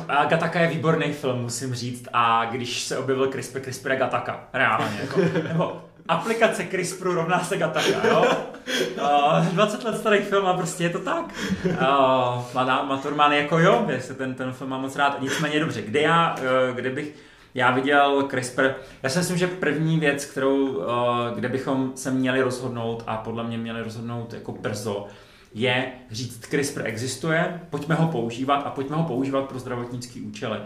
Gattaca je výborný film, musím říct, a když se objevil CRISPR je Gattaca, reálně, jako, nebo aplikace CRISPRu rovná se Gattaca, jo? 20 let starý film a prostě je to tak. Mladá Maturman jako jo, jestli ten film mám moc rád, nicméně dobře, kde bych já viděl CRISPR, já si myslím, že první věc, kde bychom se měli rozhodnout a podle mě měli rozhodnout jako brzo, je říct, CRISPR existuje, pojďme ho používat a pojďme ho používat pro zdravotnické účely.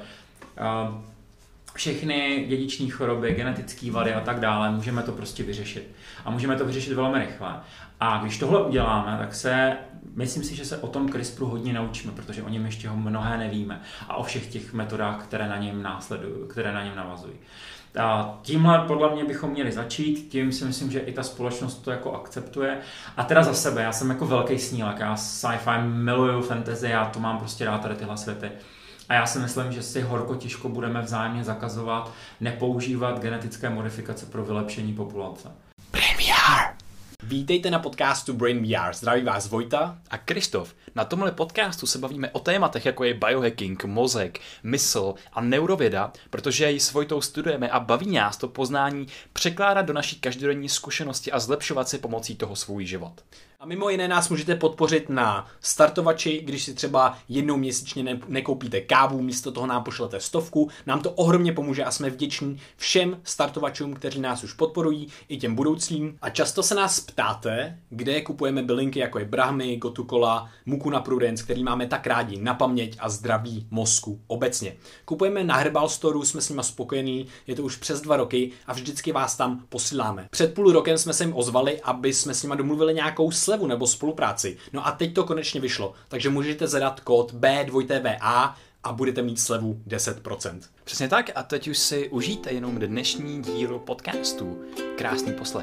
Všechny dědičné choroby, genetické vady a tak dále, můžeme to prostě vyřešit. A můžeme to vyřešit velmi rychle. A když tohle uděláme, tak myslím si, že se o tom CRISPRu hodně naučíme, protože o něm ještě mnohé nevíme. A o všech těch metodách, které na něm navazují. A tímhle podle mě bychom měli začít, tím si myslím, že i ta společnost to jako akceptuje. A teda za sebe, já jsem jako velký snílek, já sci-fi miluju fantasy, já to mám prostě rád tady tyhle světy. A já si myslím, že si horko těžko budeme vzájemně zakazovat nepoužívat genetické modifikace pro vylepšení populace. Brain VR. Vítejte na podcastu Brain VR. Zdraví vás Vojta a Krištof. Na tomhle podcastu se bavíme o tématech, jako je biohacking, mozek, mysl a neurověda, protože ji s Vojtou studujeme a baví nás to poznání překládat do naší každodenní zkušenosti a zlepšovat si pomocí toho svůj život. A mimo jiné nás můžete podpořit na startovači, když si třeba jednou měsíčně nekoupíte kávu, místo toho nám pošlete 100, nám to ohromně pomůže a jsme vděční všem startovačům, kteří nás už podporují, i těm budoucím. A často se nás ptáte, kde kupujeme bylinky, jako je Brahmy, Gotukola, Mucuna prudens, který máme tak rádi na paměť a zdraví mozku obecně. Kupujeme na Herbal Storeu, jsme s nima spokojení, je to už přes 2 roky a vždycky vás tam posíláme. Před půl rokem jsme se jim ozvali, aby jsme s nima domluvili nějakou slevu nebo spolupráci. No a teď to konečně vyšlo, takže můžete zadat kód B2TVA a budete mít slevu 10%. Přesně tak, a teď už si užijte jenom dnešní díl podcastu. Krásný poslech.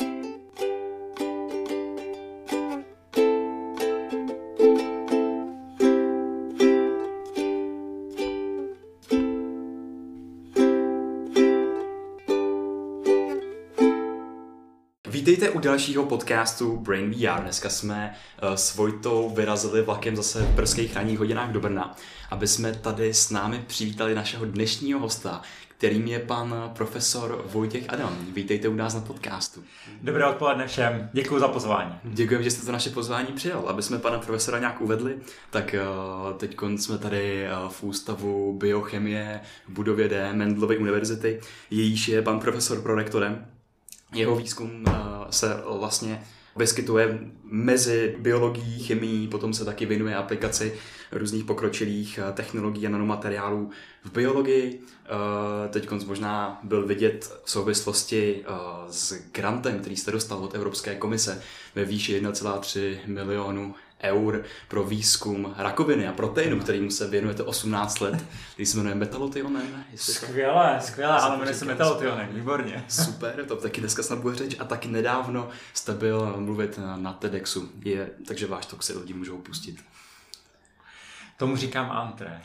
Vítejte u dalšího podcastu Brain VR. Dneska jsme s Vojtou vyrazili vlakem zase v brzkých ranních hodinách do Brna, aby jsme tady s námi přivítali našeho dnešního hosta, kterým je pan profesor Vojtěch Adam. Vítejte u nás na podcastu. Dobré odpoledne všem, děkuji za pozvání. Děkujeme, že jste to naše pozvání přijal. Aby jsme pana profesora nějak uvedli, tak teď jsme tady v Ústavu biochemie v budově D Mendelovy univerzity, jejíž je pan profesor prorektorem. Jeho výzkum se vlastně vyskytuje mezi biologií, chemií, potom se taky věnuje aplikaci různých pokročilých technologií a nanomateriálů v biologii. Teď možná byl vidět v souvislosti s grantem, který jste dostal od Evropské komise ve výši 1,3 milionu eur pro výzkum rakoviny a proteinu, kterýmu se věnujete 18 let, který se jmenuje metalothionem. Skvěle, ale jmenuje se metalothionem, výborně. Super, to taky dneska snad bude řeč a taky nedávno jste byl mluvit na TEDxu, takže váš talk si lidi můžou pustit. Tomu říkám antré.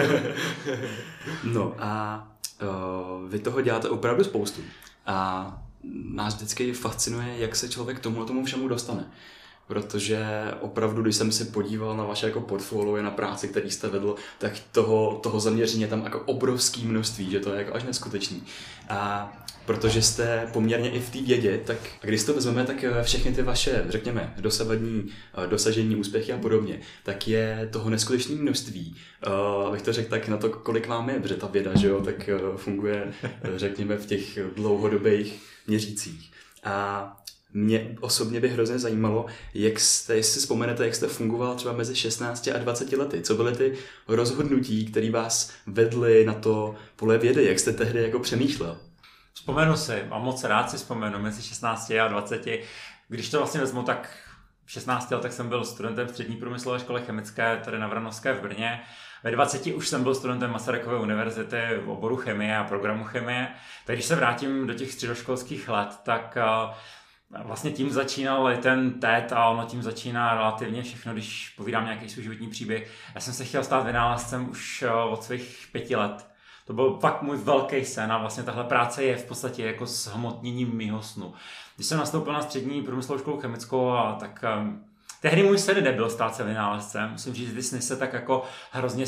No a vy toho děláte opravdu spoustu a nás vždycky fascinuje, jak se člověk tomu všemu dostane. Protože opravdu, když jsem si podíval na vaše jako portfolio, na práci, který jste vedl, tak toho zaměření je tam jako obrovské množství, že to je jako až neskutečný. A protože jste poměrně i v té vědě, tak když to vezmeme, tak všechny ty vaše, řekněme, dosavadní dosažení, úspěchy a podobně, tak je toho neskutečné množství. Abych to řekl tak na to, kolik vám je, protože ta věda, že jo, tak funguje, řekněme, v těch dlouhodobých měřících. A mě osobně by hrozně zajímalo, jestli si vzpomenete, jak jste fungoval třeba mezi 16 a 20 lety. Co byly ty rozhodnutí, které vás vedly na to pole vědy? Jak jste tehdy jako přemýšlel? Vzpomenu si a moc rád si vzpomenu mezi 16 a 20. Když to vlastně vezmu, tak v 16 letech jsem byl studentem střední průmyslové školy chemické tady na Vranovské v Brně. Ve 20 už jsem byl studentem Masarykovy univerzity v oboru chemie a programu chemie. Tak když se vrátím do těch středoškolských let, tak vlastně tím začínal i ten TED a ono tím začíná relativně všechno, když povídám nějaký svůj životní příběh. Já jsem se chtěl stát vynálezcem už od svých 5 let. To byl fakt můj velký sen a vlastně tahle práce je v podstatě jako zhmotněním mýho snu. Když jsem nastoupil na střední průmyslovou školu chemickou, tak tehdy můj sen nebyl stát se vynálezcem. Musím říct, že ty sny se tak jako hrozně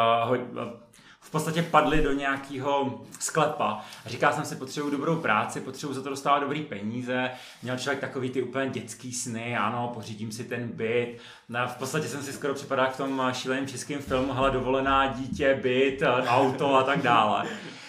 v podstatě padly do nějakého sklepa. Říkal jsem si, potřebuji dobrou práci, potřebuji za to dostávat dobrý peníze. Měl člověk takový ty úplně dětský sny, ano, pořídím si ten byt. V podstatě jsem si skoro připadal v tom šíleném českém filmu, hele, dovolená, dítě, byt, auto a tak dále.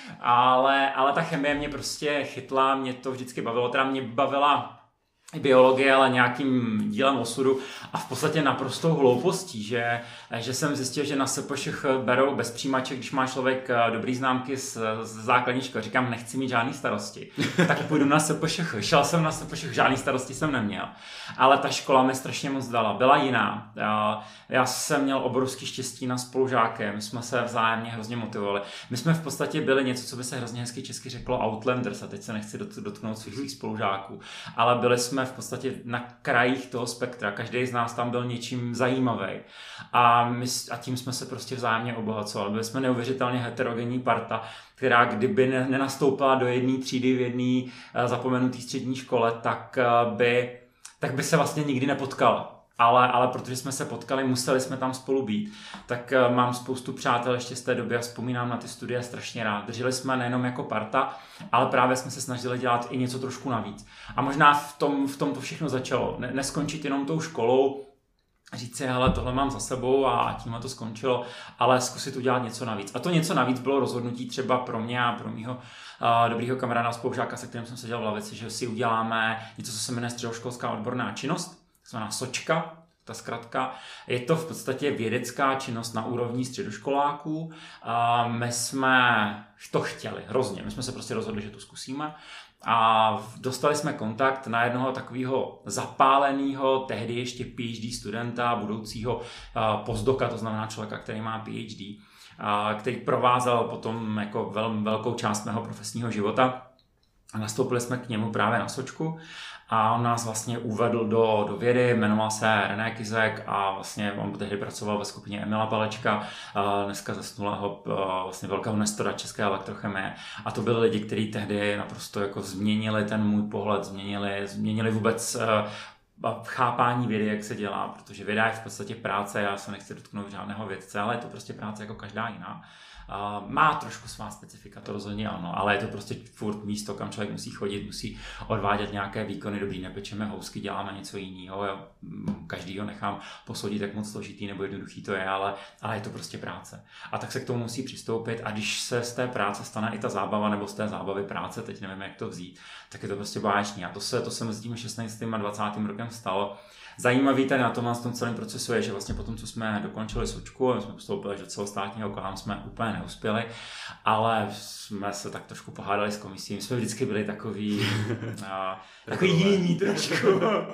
Ale ta chemie mě prostě chytla, mě to vždycky bavilo, teda mě bavila biologie, ale nějakým dílem osudu a v podstatě naprostou hloupostí, že jsem zjistil, že na SPŠ berou bez přijímaček, když má člověk dobrý známky z základní školy. Říkám, nechci mít žádný starosti, tak půjdu na SPŠ. Šel jsem na SPŠ, žádný starosti jsem neměl, ale ta škola mi strašně moc dala, byla jiná. Já jsem měl obrovský štěstí na spolužáky, my jsme se vzájemně hrozně motivovali. My jsme v podstatě byli něco, co by se hrozně hezky česky řeklo Outlanders, a teď se nechci dotknout svých spolužáků, ale byli jsme v podstatě na krajích toho spektra. Každý z nás tam byl něčím zajímavý. A tím jsme se prostě vzájemně obohacovali. Byli jsme neuvěřitelně heterogenní parta, která kdyby nenastoupila do jedné třídy v jedné zapomenuté střední škole, tak by se vlastně nikdy nepotkala. Ale protože jsme se potkali, museli jsme tam spolu být, tak mám spoustu přátel ještě z té doby a vzpomínám na ty studie strašně rád. Drželi jsme nejenom jako parta, ale právě jsme se snažili dělat i něco trošku navíc. A možná v tom to všechno začalo. Neskončit jenom tou školou, říct si, hele, tohle mám za sebou a tímhle to skončilo, ale zkusit udělat něco navíc. A to něco navíc bylo rozhodnutí třeba pro mě a pro mýho dobrýho kamaráda spolužáka, se kterým jsem seděl v lavici, že si uděláme něco, co se jmenuje středoškolská odborná činnost, znamená SOČka, ta zkratka. Je to v podstatě vědecká činnost na úrovni středoškoláků. My jsme to chtěli hrozně, my jsme se prostě rozhodli, že to zkusíme. A dostali jsme kontakt na jednoho takového zapáleného, tehdy ještě PhD studenta, budoucího postdoka, to znamená člověka, který má PhD, který provázel potom jako velkou část mého profesního života. A nastoupili jsme k němu právě na SOČku a on nás vlastně uvedl do vědy, jmenoval se René Kizek a vlastně on tehdy pracoval ve skupině Emila Palečka, dneska zesnulého vlastně velkého nestora české elektrochemie. A to byli lidi, kteří tehdy naprosto jako změnili ten můj pohled, změnili vůbec chápání vědy, jak se dělá, protože věda je v podstatě práce, já se nechci dotknout žádného vědce, ale je to prostě práce jako každá jiná. Má trošku svá specifika, to rozhodně ano, ale je to prostě furt místo, kam člověk musí chodit, musí odvádět nějaké výkony, dobrý, nepečeme housky, děláme něco jiného, každýho nechám posoudit, jak moc složitý nebo jednoduchý to je, ale je to prostě práce. A tak se k tomu musí přistoupit a když se z té práce stane i ta zábava nebo z té zábavy práce, teď nevím, jak to vzít, tak je to prostě báječný. A to se mezi tím 16. a 20. rokem stalo. Zajímavý tady na tom celém procesu je, že vlastně potom, co jsme dokončili SOČku, my jsme postoupili do celostátního kola, jsme úplně neuspěli, ale jsme se tak trošku pohádali s komisí. My jsme vždycky byli takový jiní trošku.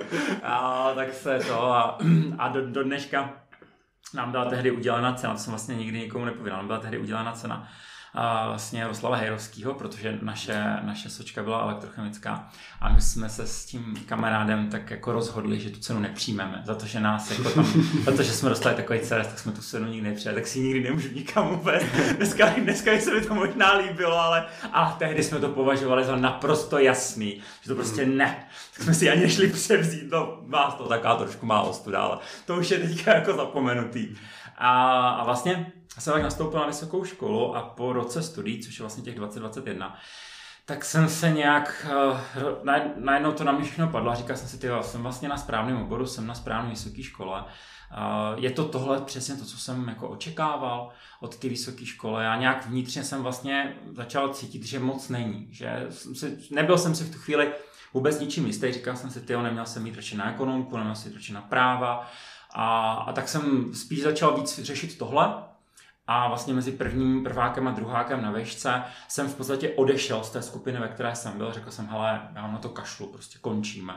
Tak se to a do dneška nám byla tehdy udělena cena, to jsem vlastně nikdy nikomu nepověděl, nám byla tehdy udělena cena vlastně Jaroslava Hejrovského, protože naše SOČka byla elektrochemická a my jsme se s tím kamarádem tak jako rozhodli, že tu cenu nepřijmeme, za to, že nás jako tam, za to, že jsme dostali takový CRS, tak jsme tu cenu nikdy nepřijali, tak si nikdy nemůžu nikam uvést. Dneska se mi to možná líbilo, ale tehdy jsme to považovali za naprosto jasný, že to prostě ne. Tak jsme si ani nešli převzít, no vás to taková trošku má ostuda, ale to už je teďka jako zapomenutý. A vlastně jsem tak nastoupil na vysokou školu a po roce studií, což je vlastně těch 2021, tak jsem se nějak, najednou to na mě všechno padlo a říkal jsem si, jsem vlastně na správném oboru, jsem na správné vysoké škole. Je to tohle přesně to, co jsem jako očekával od té vysoké školy. Já nějak vnitřně jsem vlastně začal cítit, že moc není. Že nebyl jsem si v tu chvíli vůbec ničím jistý. Říkal jsem si, neměl jsem jít radši na ekonomku, neměl jsem jít radši na práva. A tak jsem spíš začal víc řešit tohle. A vlastně mezi prvákem a druhákem na vešce jsem v podstatě odešel z té skupiny, ve které jsem byl. Řekl jsem, hele, já mám na to kašlu, prostě končíme.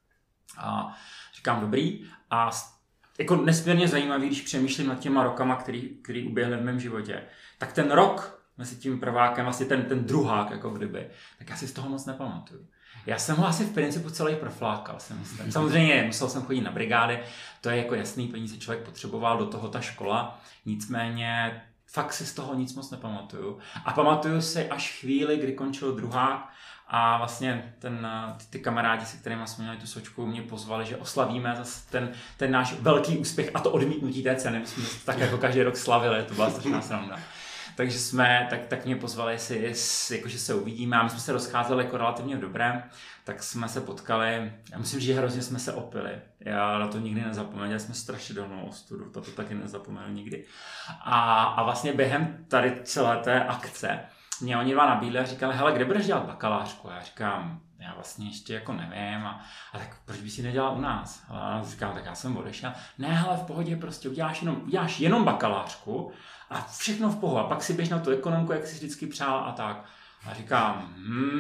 A říkám, dobrý. A jako nesmírně zajímavý, když přemýšlím nad těma rokama, který uběhly v mém životě, tak ten rok mezi tím prvákem, vlastně ten druhák, jako kdyby, tak já si z toho moc nepamatuju. Já jsem ho asi v principu celý proflákal, si myslím. Samozřejmě musel jsem chodit na brigády, to je jako jasný, peníze člověk potřeboval, do toho ta škola, nicméně fakt si z toho nic moc nepamatuju. A pamatuju si až chvíli, kdy končil druhák a vlastně ty kamarádi, se kterými jsme měli tu sočku, mě pozvali, že oslavíme zase ten náš velký úspěch a to odmítnutí té ceny. My jsme tak jako každý rok slavili, to byla strašná sranda. Takže tak mě pozvali, jakože se uvidíme a my jsme se rozcházeli jako relativně v dobrém, tak jsme se potkali, já myslím, že hrozně jsme se opili, já na to nikdy nezapomenu, jsme strašidelnou ostudu, to taky nezapomenu nikdy. A vlastně během tady celé té akce mě oni dva nabídli a říkali, hele, kde budeš dělat bakalářku? A já říkám, já vlastně ještě jako nevím a tak proč bys si nedělal u nás? A říkám, tak já jsem odešel. Ne, hele, v pohodě, prostě uděláš jenom bakalářku a všechno v pohodě. A pak si běž na tu ekonomku, jak jsi vždycky přál a tak. A říkám,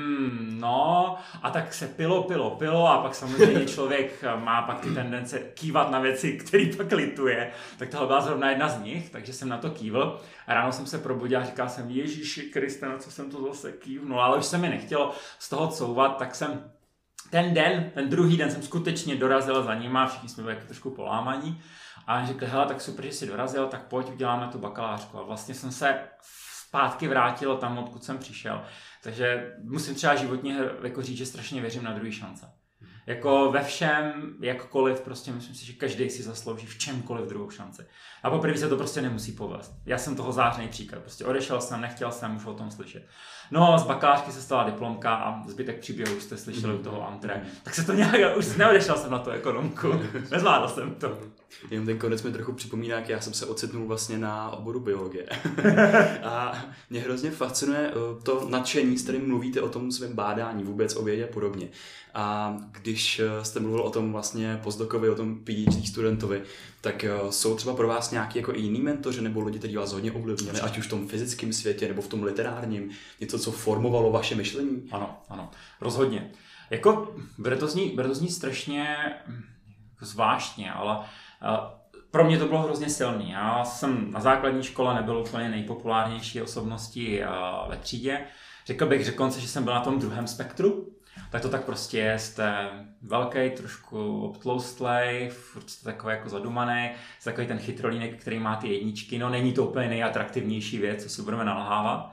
no, a tak se pilo a pak samozřejmě člověk má pak ty tendence kývat na věci, který pak lituje. Tak tohle byla zrovna jedna z nich, takže jsem na to kývl. A ráno jsem se probudil a říkal jsem, Ježíši Kriste, na co jsem to zase kývnul, ale už se mi nechtělo z toho couvat, tak jsem ten druhý den jsem skutečně dorazil za nima, všichni jsme byli jako trošku polámaní. A on řekl, hele, tak super, že jsi dorazil, tak pojď, uděláme tu bakalářku. A vlastně jsem se zpátky vrátil tam, odkud jsem přišel. Takže musím třeba životně jako říct, že strašně věřím na druhý šance. Jako ve všem, jakkoliv, prostě myslím si, že každý si zaslouží v čemkoliv druhou šanci. A poprvé se to prostě nemusí povést. Já jsem toho zářný příklad. Prostě odešel jsem, nechtěl jsem už o tom slyšet. No, z bakalářky se stala diplomka a zbytek příběhu už jste slyšeli u toho antré. Tak se to nějak, už neodešel jsem na tu ekonomku. Nezvládl jsem to. Jenom ten konec mi trochu připomíná, jak já jsem se ocitnul vlastně na oboru biologie. A mě hrozně fascinuje to nadšení, s kterým mluvíte o tom svém bádání, vůbec o vědě a podobně. A když jste mluvil o tom vlastně postdokovi, o tom PhD studentovi, tak jsou třeba pro vás nějaký jako jiný mentoři nebo lidi, kteří vás hodně ovlivnili, ať už v tom fyzickém světě nebo v tom literárním, něco, co formovalo vaše myšlení? Ano, rozhodně. Jako, bude to zní strašně zvláštně, ale pro mě to bylo hrozně silný. Já jsem na základní škole nebyl úplně nejpopulárnější osobností ve třídě. Řekl bych dokonce, že jsem byl na tom druhém spektru. Tak to tak prostě je, jste velký, trošku obtloustlej, furt jste takový jako zadumaný, jste takový ten chytrolínek, který má ty jedničky, no není to úplně nejatraktivnější věc, co si budeme nalhávat.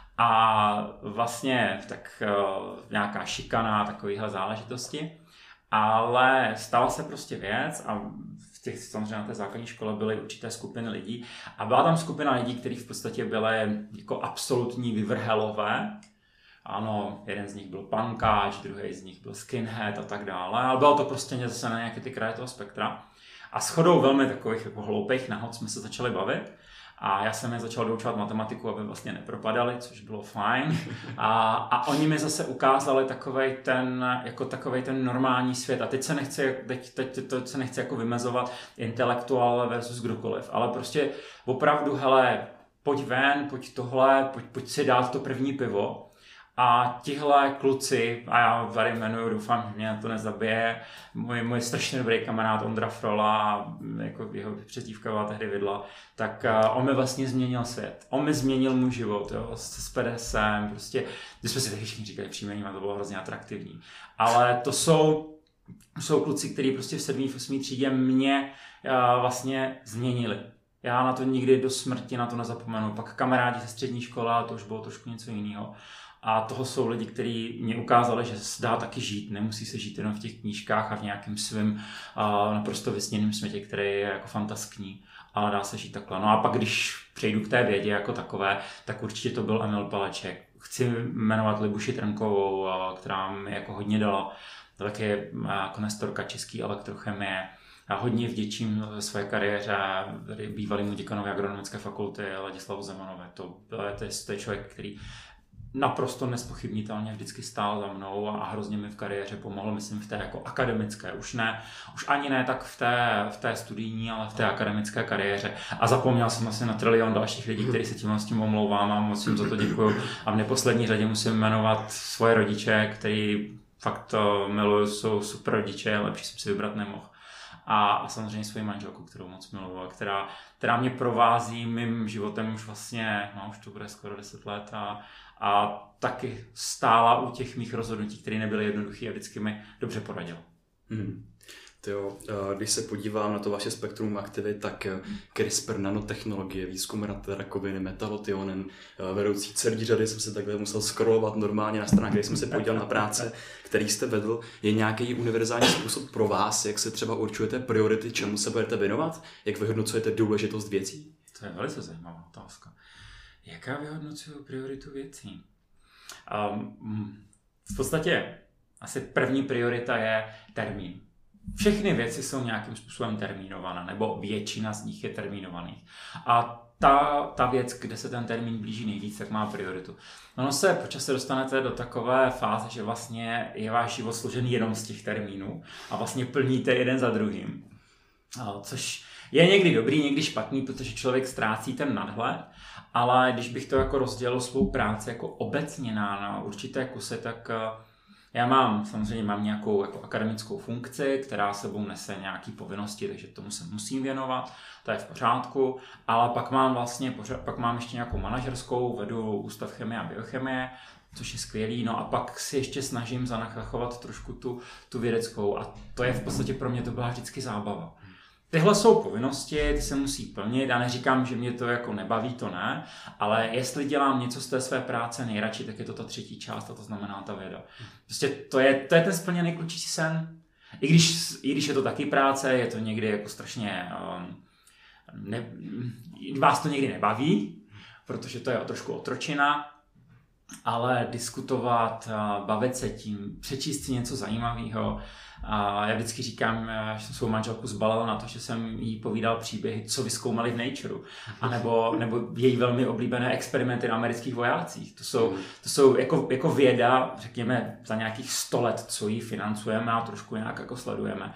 A vlastně tak nějaká šikana, takovýhle záležitosti. Ale stala se prostě věc a samozřejmě na té základní škole byly určité skupiny lidí a byla tam skupina lidí, kteří v podstatě byly jako absolutní vyvrhelové. Ano, jeden z nich byl punkáč, druhý z nich byl skinhead a tak dále, ale bylo to prostě zase na nějaké ty kraje toho spektra. A shodou velmi takových jako hloupých nahod jsme se začali bavit. A já jsem je začal doučovat matematiku, aby vlastně nepropadali, což bylo fajn. A oni mi zase ukázali takovej ten normální svět. A teď se nechci jako vymezovat intelektuál versus kdokoliv, ale prostě opravdu, hele, pojď ven, pojď tohle, pojď si dát to první pivo. A tihle kluci, a já tady jmenuju, doufám, že mě to nezabije, můj strašně dobrý kamarád Ondra Frola, jako jeho přezdívka byla tehdy Vidla, tak on mi vlastně změnil svět. On mi změnil můj život, jo, s PDSem, prostě, když jsme si taky všichni říkali příjmením a to bylo hrozně atraktivní. Ale to jsou kluci, kteří prostě v 7. 8. třídě mě vlastně změnili. Já na to nikdy do smrti na to nezapomenu. Pak kamarádi ze střední školy, ale to už bylo trošku něco jiného. A toho jsou lidi, kteří mě ukázali, že se dá taky žít. Nemusí se žít jenom v těch knížkách a v nějakém svém naprosto vysněném světě, který je jako fantaskní. Ale dá se žít takhle. No a pak, když přejdu k té vědě jako takové, tak určitě to byl Emil Paleček. Chci jmenovat Libuši Trnkovou, která mi jako hodně dala. Taky jako nestorka české elektrochemie. Já hodně vděčím ve své kariéře bývalému děkanovi agronomické fakulty Ladislavu Zemanovi. To je člověk, který naprosto nespochybnitelně vždycky stál za mnou a hrozně mi v kariéře pomohl, myslím, v té jako akademické. Už ani ne tak v té studijní, ale v té akademické kariéře. A zapomněl jsem asi na trilion dalších lidí, kteří se tím omlouvám a moc jim za to děkuju. A v neposlední řadě musím jmenovat svoje rodiče, který fakt miluju, jsou super rodiče, lepší jsem si vybrat nemohl. A samozřejmě svoji manželku, kterou moc miluju, která mě provází mým životem už vlastně, už to bude skoro 10 let a taky stála u těch mých rozhodnutí, které nebyly jednoduché a vždycky mi dobře poradila. Když se podívám na to vaše spektrum aktivit, tak CRISPR, nanotechnologie, výzkum rakoviny, metalotionen, vedoucí celý řady jsem se takhle musel scrollovat normálně na stranách, kde jsem se podíval na práce, který jste vedl. Je nějaký univerzální způsob pro vás, jak se třeba určujete priority, čemu se budete věnovat? Jak vyhodnocujete důležitost věcí? To je velice zajímavá otázka. Jaká vyhodnocuju prioritu věcí? V podstatě asi první priorita je termín. Všechny věci jsou nějakým způsobem termínované, nebo většina z nich je termínovaných. A ta věc, kde se ten termín blíží nejvíc, tak má prioritu. Ono se počas se dostanete do takové fáze, že vlastně je váš život složený jenom z těch termínů a vlastně plníte jeden za druhým. Což je někdy dobrý, někdy špatný, protože člověk ztrácí ten nadhled, ale když bych to jako rozdělil svou práci jako obecně na určité kusy, tak já samozřejmě mám nějakou jako akademickou funkci, která sebou nese nějaké povinnosti, takže tomu se musím věnovat, to je v pořádku, ale pak mám ještě nějakou manažerskou, vedu Ústav chemie a biochemie, což je skvělý, no a pak si ještě snažím zanachovat trošku tu vědeckou a to je v podstatě pro mě to byla vždycky zábava. Tyhle jsou povinnosti, ty se musí plnit, já neříkám, že mě to jako nebaví, to ne, ale jestli dělám něco z té své práce nejradši, tak je to ta třetí část a to znamená ta věda. Prostě to je ten splněný klučící sen. I když je to taky práce, je to někdy jako strašně, vás to někdy nebaví, protože to je trošku otročina, ale diskutovat, bavit se tím, přečíst si něco zajímavého. A já vždycky říkám, že jsem svou manželku zbalil na to, že jsem jí povídal příběhy, co vyzkoumali v Nature, nebo její velmi oblíbené experimenty na amerických vojácích. To jsou jako věda, řekněme, za nějakých 100 let, co ji financujeme a trošku nějak jako sledujeme.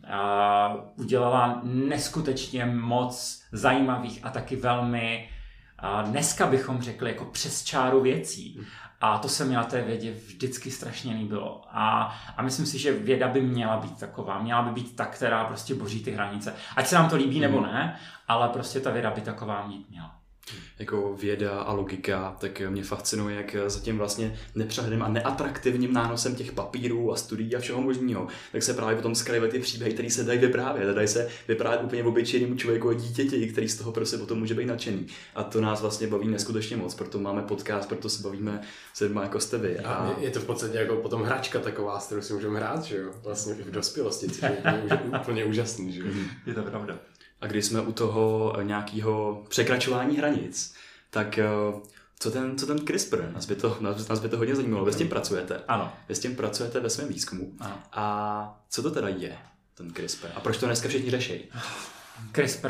Udělala neskutečně moc zajímavých a taky velmi, dneska bychom řekli, jako přes čáru věcí. A to se mi na té vědě vždycky strašně líbilo. A myslím si, že věda by měla být taková. Měla by být ta, která prostě boří ty hranice. Ať se nám to líbí nebo ne, ale prostě ta věda by taková mít měla. Jako věda a logika, tak mě fascinuje, jak za tím vlastně nepřehledným a neatraktivním nánosem těch papírů a studií a všeho možného, tak se právě potom skrývají ty příběhy, které se dají vyprávět. Dají se vyprávět úplně obyčejnému člověku a dítěti, který z toho prostě potom může být nadšený. A to nás vlastně baví neskutečně moc, proto máme podcast, proto se bavíme s lidmi jako jste vy. A je to v podstatě jako potom hračka taková, s kterou si můžeme hrát, že jo? Vlastně i v dospělosti, což je úplně úžasný, že jo? Je to pravda. A když jsme u toho nějakého překračování hranic, tak co ten CRISPR? Nás by to hodně zajímalo. Vy s tím pracujete. Ano. Vy s tím pracujete ve svém výzkumu. Ano. A co to teda je, ten CRISPR? A proč to dneska všichni řeší? CRISPR.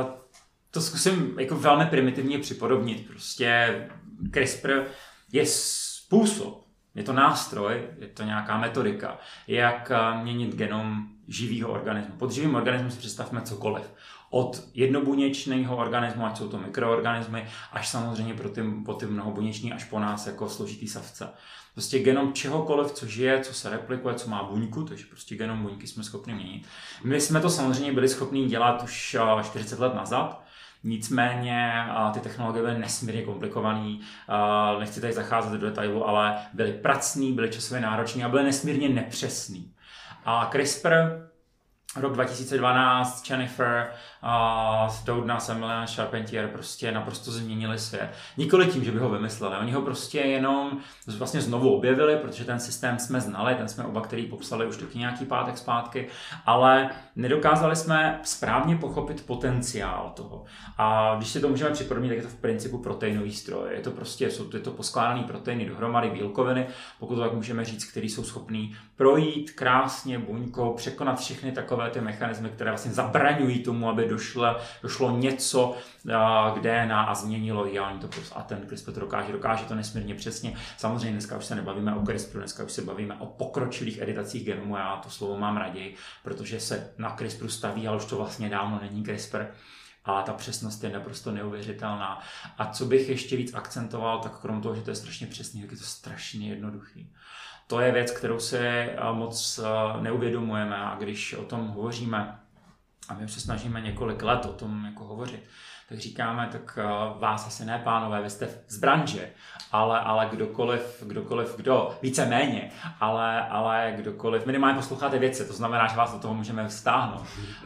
To zkusím jako velmi primitivně připodobnit. Prostě CRISPR je způsob, je to nástroj, je to nějaká metodika, jak měnit genom živého organismu. Pod živým organismem si představme cokoliv. Od jednobuněčného organismu, ať jsou to mikroorganismy, až samozřejmě po ty mnohobuněční, až po nás jako složitý savce. Prostě genom čehokoliv, co žije, co se replikuje, co má buňku, takže prostě genom buňky jsme schopni měnit. My jsme to samozřejmě byli schopni dělat už 40 let nazad, nicméně ty technologie byly nesmírně komplikovaný, nechci tady zacházet do detailu, ale byly pracný, byly časově náročný a byly nesmírně nepřesný. A CRISPR, rok 2012, Jennifer, Doudna, Semmelweis, Charpentier prostě naprosto změnili svět. Nikoli tím, že by ho vymysleli. Oni ho prostě jenom vlastně znovu objevili, protože ten systém jsme znali, ten jsme oba, který popsali už taky nějaký pátek zpátky, ale nedokázali jsme správně pochopit potenciál toho. A když si to můžeme připodobnit, tak je to v principu proteinový stroj. Je to prostě, je to poskládaný proteiny dohromady, bílkoviny, pokud to tak můžeme říct, který jsou schopný projít krásně buňkou, překonat všechny takové ty mechanismy, které vlastně zabraňují tomu, aby došlo něco k DNA a změnilo ji a ten CRISPR to dokáže to nesmírně přesně. Samozřejmě dneska už se nebavíme o CRISPRu, dneska už se bavíme o pokročilých editacích genomu, já to slovo mám raději, protože se na CRISPRu staví, ale už to vlastně dávno není CRISPR. A ta přesnost je naprosto neuvěřitelná. A co bych ještě víc akcentoval, tak krom toho, že to je strašně přesný, tak je to strašně jednoduchý. To je věc, kterou si moc neuvědomujeme a když o tom hovoříme, a my se snažíme několik let o tom jako hovořit, tak říkáme, tak vás asi ne, pánové, vy jste z branže, ale kdokoliv, kdo víceméně, ale kdokoliv, minimálně posloucháte věci, to znamená, že vás do toho můžeme vztáhnout,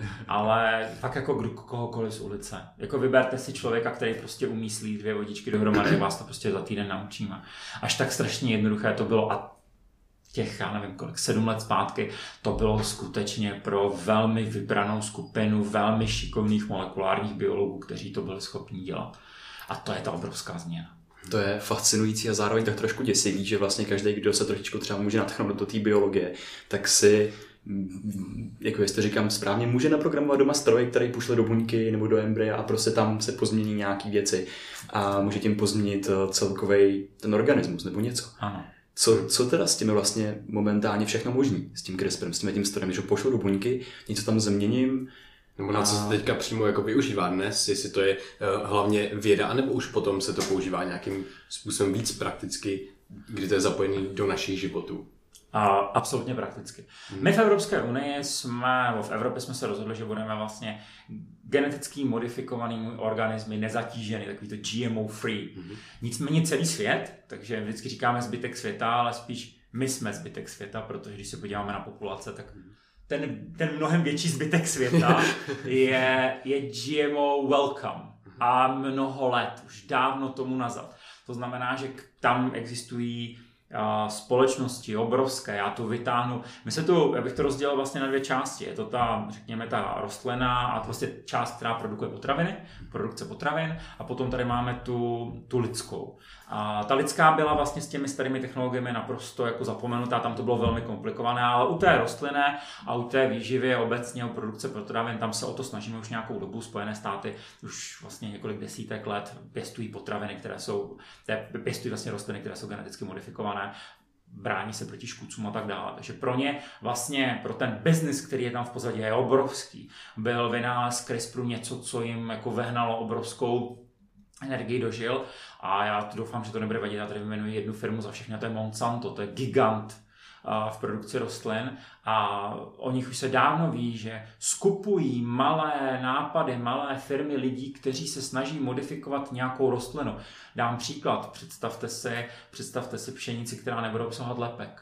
ale fakt jako kohokoliv z ulice. Jako vyberte si člověka, který prostě umí slít 2 vodičky dohromady, vás to prostě za týden naučíme. Až tak strašně jednoduché to bylo a těch, já nevím kolik, 7 let zpátky, to bylo skutečně pro velmi vybranou skupinu velmi šikovných molekulárních biologů, kteří to byli schopni dělat. A to je ta obrovská změna. To je fascinující a zároveň tak trošku děsivý, že vlastně každý, kdo se trošičku třeba může natchnout do té biologie, tak si, jako jestli říkám správně, může naprogramovat doma stroj, který pošle do buňky nebo do embrya a prostě tam se pozmění nějaký věci a může tím pozměnit celkový ten organismus nebo něco. Ano. Co teda s tím vlastně momentálně všechno možný? S tím CRISPRem, s tím strojem, že ho pošlu do buňky, něco tam změním? Nebo na co se teďka přímo jako využívá dnes, jestli to je hlavně věda, anebo už potom se to používá nějakým způsobem víc prakticky, kdy to je zapojený do našich životů? Absolutně prakticky. My v Evropské unii v Evropě jsme se rozhodli, že budeme vlastně geneticky modifikovaný organismy nezatíženy, takový to GMO free. Nicméně celý svět, takže vždycky říkáme zbytek světa, ale spíš my jsme zbytek světa, protože když se podíváme na populace, tak ten mnohem větší zbytek světa je GMO welcome. A mnoho let, už dávno tomu nazad. To znamená, že tam existují společnosti obrovské, já to vytáhnu. Já bych to rozdělil vlastně na 2 části. Je to řekněme, ta rostlina a prostě část, která produkuje potraviny, produkce potravin a potom tady máme tu lidskou. A ta lidská byla vlastně s těmi starými technologiemi naprosto jako zapomenutá, tam to bylo velmi komplikované, ale u té rostliny a u té výživy obecně u produkce potravin, tam se o to snažíme už nějakou dobu. Spojené státy už vlastně několik desítek let pěstují potraviny, pěstují vlastně rostliny, které jsou geneticky modifikované, brání se proti škůdcům a tak dále. Takže pro ně vlastně, pro ten biznis, který je tam v pozadí, je obrovský. Byl vynález CRISPRu něco, co jim jako vehnalo obrovskou energii do žil a já doufám, že to nebude vadit. Já tady vyjmenuji jednu firmu za všechny, a to je Monsanto, to je gigant v produkci rostlin a o nich už se dávno ví, že skupují malé nápady, malé firmy lidí, kteří se snaží modifikovat nějakou rostlinu. Dám příklad, představte si pšenici, která nebude obsahovat lepek.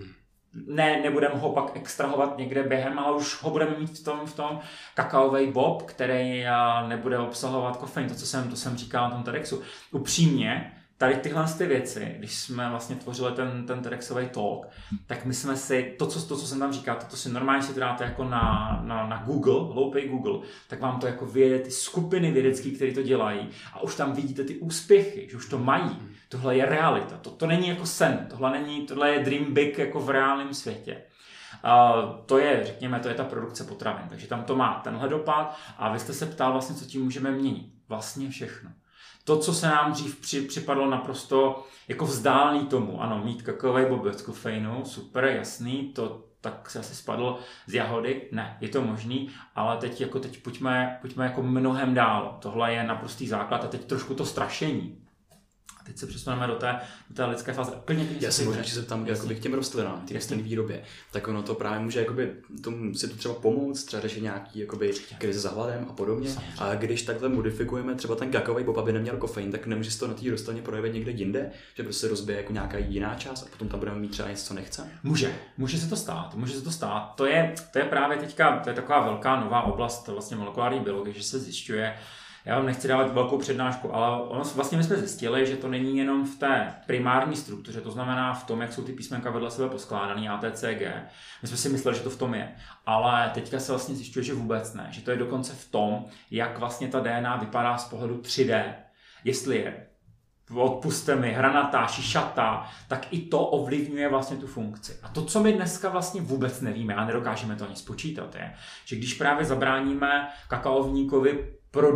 Nebudeme ho pak extrahovat někde během, ale už ho budeme mít v tom kakaový bob, který nebude obsahovat kofein, to jsem říkal na tom TEDxu. Upřímně, tady tyhle věci, když jsme vlastně tvořili ten TEDxový talk, tak my jsme si, to, co jsem tam říkal, to si normálně si to dáte jako na Google, hloupej Google, tak vám to jako vyjede ty skupiny vědecký, které to dělají a už tam vidíte ty úspěchy, že už to mají. Tohle je realita, to není jako sen, tohle je dream big jako v reálném světě. To je ta produkce potravin, takže tam to má tenhle dopad a vy jste se ptal vlastně, co tím můžeme měnit. Vlastně všechno. To, co se nám dřív připadlo naprosto jako vzdálený tomu, ano, mít kakaový bob bez kofeinu, super, jasný, to tak se asi spadl z jahody, ne, je to možný, ale teď pojďme jako mnohem dál. Tohle je naprostý základ a teď trošku to strašení. A teď se přesuneme do té lidské fáze. Já se možná, že se tam k těm rostlinám, ty rostlinné výrobě, tak ono to právě může si to třeba pomoct, třeba řešit nějaký krize za hladem a podobně. Samozřejmě. A když takhle modifikujeme třeba ten kakaový bob, aby neměl kofein, tak nemůže se to na té rostlině projevit někde jinde, že prostě rozbije jako nějaká jiná část a potom tam budeme mít třeba něco, co nechce? Může se to stát. To je právě teďka, to je taková velká nová oblast vlastně molekulární biologie, že se zjišťuje. Já vám nechci dávat velkou přednášku, ale vlastně my jsme zjistili, že to není jenom v té primární struktuře, to znamená v tom, jak jsou ty písmenka vedle sebe poskládaný, A, T, C, G. My jsme si mysleli, že to v tom je, ale teďka se vlastně zjišťuje, že vůbec ne, že to je dokonce v tom, jak vlastně ta DNA vypadá z pohledu 3D. Jestli je, odpuste mi, hranatá, šišatá, tak i to ovlivňuje vlastně tu funkci. A to, co my dneska vlastně vůbec nevíme a nedokážeme to ani spočítat, je, že když právě zabráníme kakaovníkovi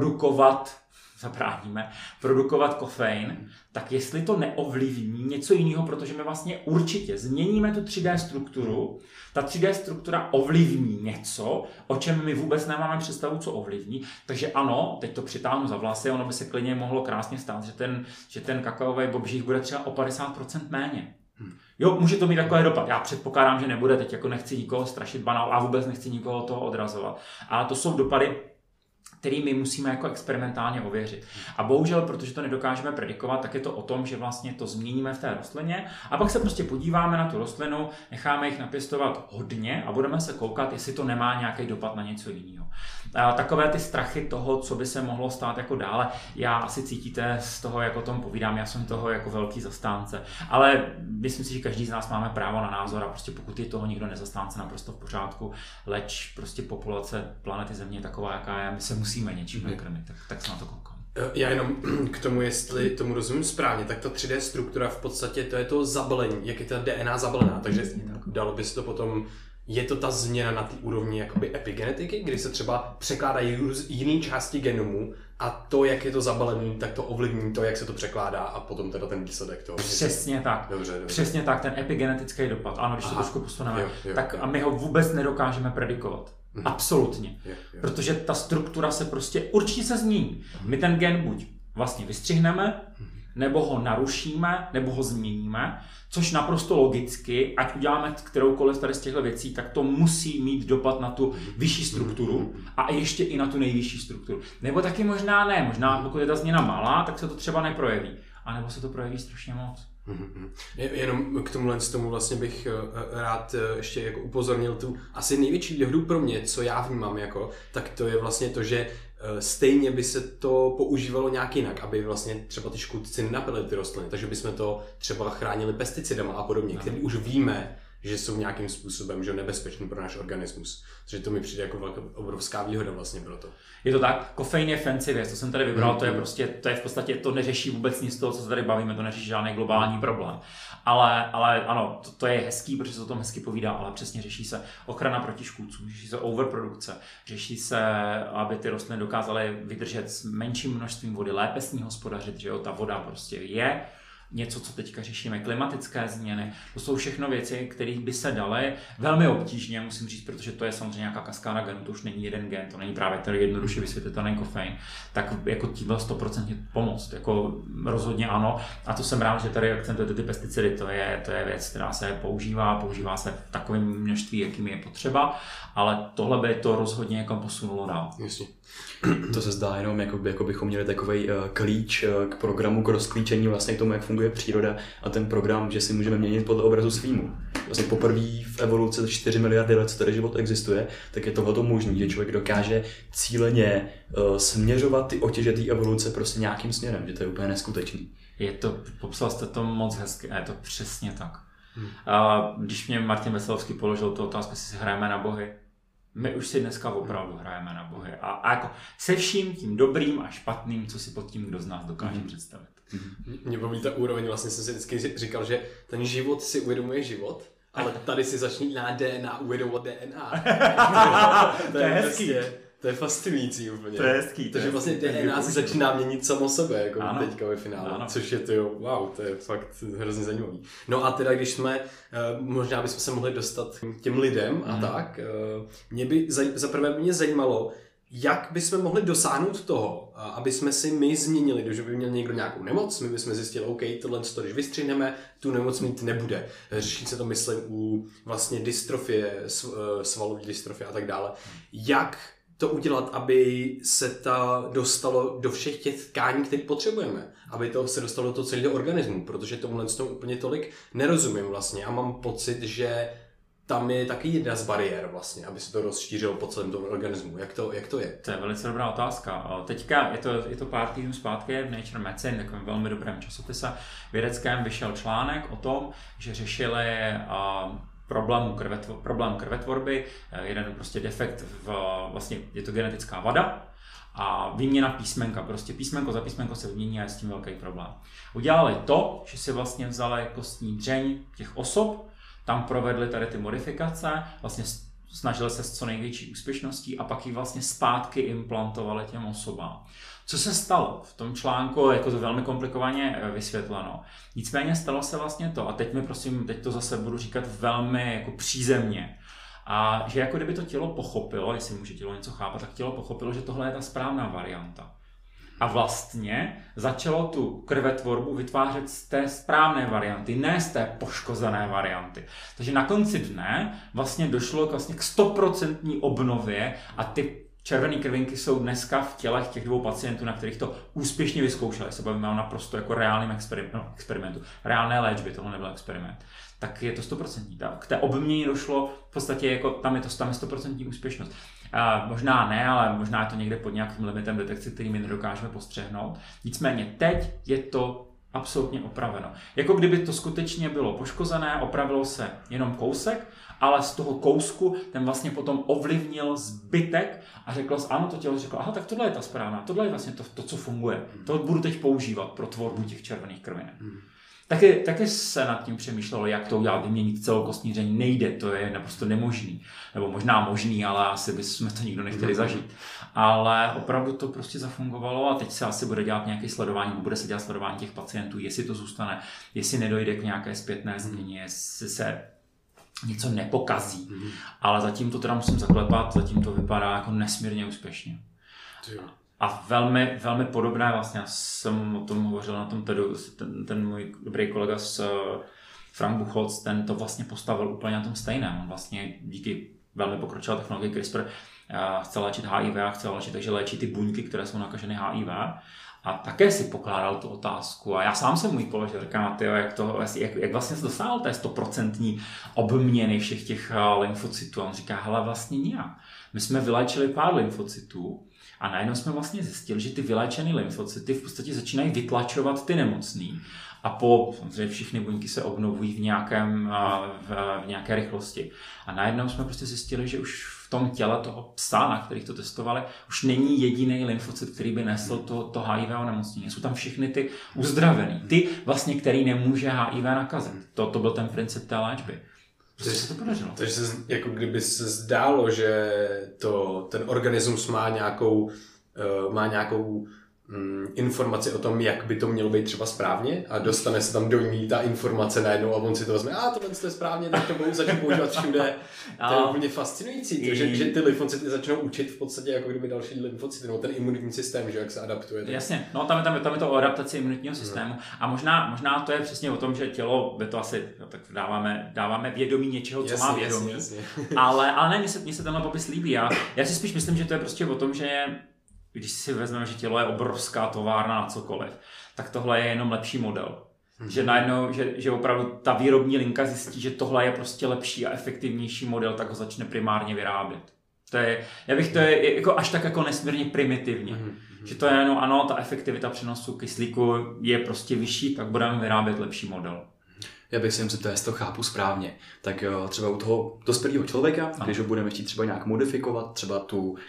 produkovat kofein, tak jestli to neovlivní něco jiného, protože my vlastně určitě změníme tu 3D strukturu, ta 3D struktura ovlivní něco, o čem my vůbec nemáme představu, co ovlivní. Takže ano, teď to přitáhnu za vlasy, ono by se klidně mohlo krásně stát, že ten kakaový bobžík bude třeba o 50% méně. Jo, může to mít takový dopad. Já předpokládám, že nebude, teď jako nechci nikoho strašit banál a vůbec nechci nikoho toho odrazovat. Ale to jsou dopady který my musíme jako experimentálně ověřit. A bohužel, protože to nedokážeme predikovat, tak je to o tom, že vlastně to změníme v té rostlině a pak se prostě podíváme na tu rostlinu, necháme jich napěstovat hodně a budeme se koukat, jestli to nemá nějaký dopad na něco jiného. A takové ty strachy toho, co by se mohlo stát jako dále, já asi cítíte z toho, jak o tom povídám, já jsem toho jako velký zastánce. Ale myslím si, že každý z nás máme právo na názor a prostě pokud je toho nikdo nezastánce, naprosto v pořádku, leč prostě populace planety Země je taková, jaká je, my se musíme něčím nakrmit, tak se na to koukám. Já jenom k tomu, jestli tomu rozumím správně, tak ta 3D struktura v podstatě to je to zabalení, jak je ta DNA zabalená, takže dalo by se to potom, je to ta změna na té úrovni jakoby epigenetiky, kdy se třeba překládají jiné části genomu a to, jak je to zabalený, tak to ovlivní to, jak se to překládá a potom teda ten výsledek toho. Přesně tak. Dobře. Přesně tak, ten epigenetický dopad. Ano, když to trošku posuneme, jo, tak a my ho vůbec nedokážeme predikovat. Absolutně. Protože ta struktura se prostě určitě se změní. My ten gen buď vlastně vystřihneme, nebo ho narušíme, nebo ho změníme, což naprosto logicky, ať uděláme kteroukoliv tady z těchto věcí, tak to musí mít dopad na tu vyšší strukturu a ještě i na tu nejvyšší strukturu. Nebo taky možná ne, možná pokud je ta změna malá, tak se to třeba neprojeví. A nebo se to projeví strašně moc. Jenom k tomu vlastně bych rád ještě jako upozornil tu asi největší výhodu pro mě, co já vnímám jako, tak to je vlastně to, že stejně by se to používalo nějak jinak, aby vlastně třeba ty škůdci nenapili ty rostliny, takže bychom to třeba chránili pesticidama a podobně, který už víme, že jsou nějakým způsobem nebezpečný pro náš organismus. Takže to mi přijde jako obrovská výhoda vlastně pro to. Je to tak, kofein je fancy věc, to jsem tady vybral, to je v podstatě, to neřeší vůbec nic z toho, co se tady bavíme, to neřeší žádný globální problém. Ale ano, to je hezký, protože se o tom hezky povídá, ale přesně řeší se ochrana proti škůdcům, řeší se overprodukce, řeší se, aby ty rostliny dokázaly vydržet s menším množstvím vody, lépe s ní hospodařit, že jo, ta voda prostě je něco, co teďka řešíme, klimatické změny, to jsou všechno věci, které by se daly velmi obtížně, musím říct, protože to je samozřejmě nějaká kaskáda genů, to už není jeden gen, to není právě tady jednoduše vysvětlitelný kofein, tak jako tímhle 100% pomoct, jako rozhodně ano, a to jsem rád, že tady akcentujete ty pesticidy, to je věc, která se používá se v takovém množství, jakým je potřeba, ale tohle by to rozhodně jako posunulo dál. Jasně. To se zdá jenom, jako bychom měli takovej klíč k programu, k rozklíčení vlastně k tomu, jak funguje příroda a ten program, že si můžeme měnit podle obrazu svýmu. Vlastně poprvé v evoluci 4 miliardy let, co tady život existuje, tak je tohleto možné, že člověk dokáže cíleně směřovat ty otěže té evoluce prostě nějakým směrem, že to je úplně neskutečný. Popsal jste to moc hezky a je to přesně tak. Když mě Martin Veselovský položil tu otázku, jestli si hrajeme na bohy, my už si dneska opravdu hrajeme na bohy. A jako se vším tím dobrým a špatným, co si pod tím kdo z nás dokáže představit. Mě baví ta úroveň, vlastně jsem si vždycky říkal, že ten život si uvědomuje život, ale tady si začíná DNA uvědomovat DNA. To je hezký. To je fascinující úplně. To je hezký. Takže vlastně DNA si začíná měnit samo sebe, jako ano, teďka ve finále. Ano. Což je to je fakt hrozně zajímavý. No a teda když jsme, možná bychom se mohli dostat k těm lidem a tak, mě by zaprvé mě zajímalo, jak bychom mohli dosáhnout toho, aby jsme si my změnili, že by měl někdo nějakou nemoc, my bychom zjistili, OK, tohle, když vystřihneme, tu nemoc mít nebude. Řeší se to, myslím, u vlastně dystrofie, svalové dystrofie a tak dále. Jak to udělat, aby se to dostalo do všech těch tkání, které potřebujeme, aby to se dostalo do toho celého organismu, protože tomuhle z toho úplně tolik nerozumím vlastně a mám pocit, že tam je taky jedna z bariér vlastně, aby se to rozšířilo po celém tom organismu. Jak to je? To je velice dobrá otázka. Teďka je to pár týdnů zpátky v Nature Medicine, takovém velmi dobrém časopise vědeckém, vyšel článek o tom, že řešili problém krvetvorby, jeden prostě defekt, vlastně je to genetická vada a výměna písmenka, prostě písmenko za písmenko se vymění a je s tím velký problém. Udělali to, že si vlastně vzali kostní dřeň těch osob, tam provedli tady ty modifikace, vlastně snažili se s co největší úspěšností a pak ji vlastně zpátky implantovali těm osobám. Co se stalo? V tom článku jako to velmi komplikovaně vysvětleno. Nicméně stalo se vlastně to, a teď to zase budu říkat velmi jako přízemně, a že jako kdyby to tělo pochopilo, jestli může tělo něco chápat, tak tělo pochopilo, že tohle je ta správná varianta. A vlastně začalo tu krvetvorbu vytvářet z té správné varianty, ne z té poškozené varianty. Takže na konci dne vlastně došlo vlastně k 100% obnově a ty červené krvinky jsou dneska v tělech těch 2 pacientů, na kterých to úspěšně vyzkoušeli. Se bavíme o naprosto jako reálném experimentu. Reálné léčby, tohle nebyl experiment. Tak je to 100%. K té obměně došlo v podstatě jako tam je 100% úspěšnost. Možná ne, ale možná je to někde pod nějakým limitem detekce, který my nedokážeme postřehnout. Nicméně teď je to absolutně opraveno. Jako kdyby to skutečně bylo poškozené, opravilo se jenom kousek, ale z toho kousku ten vlastně potom ovlivnil zbytek a řekl, ano, to tělo řeklo, aha, tak tohle je ta správná, tohle je vlastně to co funguje. To budu teď používat pro tvorbu těch červených krvinek. Taky se nad tím přemýšlelo, jak to udělat, vyměnit celokostní řeň. Nejde, to je naprosto nemožný. Nebo možná možný, ale asi bychom to nikdo nechtěli zažít. Ale opravdu to prostě zafungovalo a teď se asi bude dělat nějaké sledování, bude se dělat sledování těch pacientů, jestli to zůstane, jestli nedojde k nějaké zpětné změně, jestli se něco nepokazí. Ale zatím to teda musím zaklepat, zatím to vypadá jako nesmírně úspěšně. A velmi, velmi podobné, vlastně já jsem o tom hovořil na tom TEDu, ten můj dobrý kolega Frank Buchholz, ten to vlastně postavil úplně na tom stejném. On vlastně díky velmi pokročilé technologii CRISPR chce léčit HIV a chce léčit, takže léčí ty buňky, které jsou nakaženy HIV. A také si pokládal tu otázku a já sám jsem mu ji položil, říkám, jak vlastně se dosáhl té 100% obměny všech těch lymfocytů. A on říká, hele, vlastně nějak. My jsme vyléčili pár lymfocytů a najednou jsme vlastně zjistili, že ty vyléčené lymfocyty v podstatě začínají vytlačovat ty nemocný. A samozřejmě všechny buňky se obnovují v nějaké rychlosti. A najednou jsme prostě zjistili, že už v tom těle toho psa, na kterých to testovali, už není jediný lymfocyt, který by nesl to HIV onemocnění. Jsou tam všechny ty uzdravený. Ty vlastně, který nemůže HIV nakazit. To byl ten princip té léčby. Prostě se to podařilo. Takže se, jako kdyby se zdálo, že ten organismus má nějakou informaci o tom, jak by to mělo být třeba správně a dostane se tam do ní ta informace najednou a on si to vezme, tohle je správně, tak to budu začít používat všude. To je úplně fascinující, že ty lymfocyty začnou učit v podstatě jako kdyby další lymfocyty, nebo ten imunitní systém, že jak se adaptuje. Jasně, no tam je to o adaptaci imunitního systému a možná to je přesně o tom, že tělo by to asi, tak dáváme vědomí něčeho, co má vědomí. Jasně. Ale ne, mně se tenhle popis líbí. Já si spíš myslím, že to je prostě o tom, že když si vezmeme, že tělo je obrovská továrna na cokoliv, tak tohle je jenom lepší model. Že najednou, že opravdu ta výrobní linka zjistí, že tohle je prostě lepší a efektivnější model, tak ho začne primárně vyrábět. To je jako až tak jako nesmírně primitivně. Že to je jenom, ano, ta efektivita přenosu kyslíku je prostě vyšší, tak budeme vyrábět lepší model. Já bych si jen zeptal, jestli to chápu správně, tak třeba u toho dospělého člověka, když ho budeme chtít třeba nějak modifikovat, třeba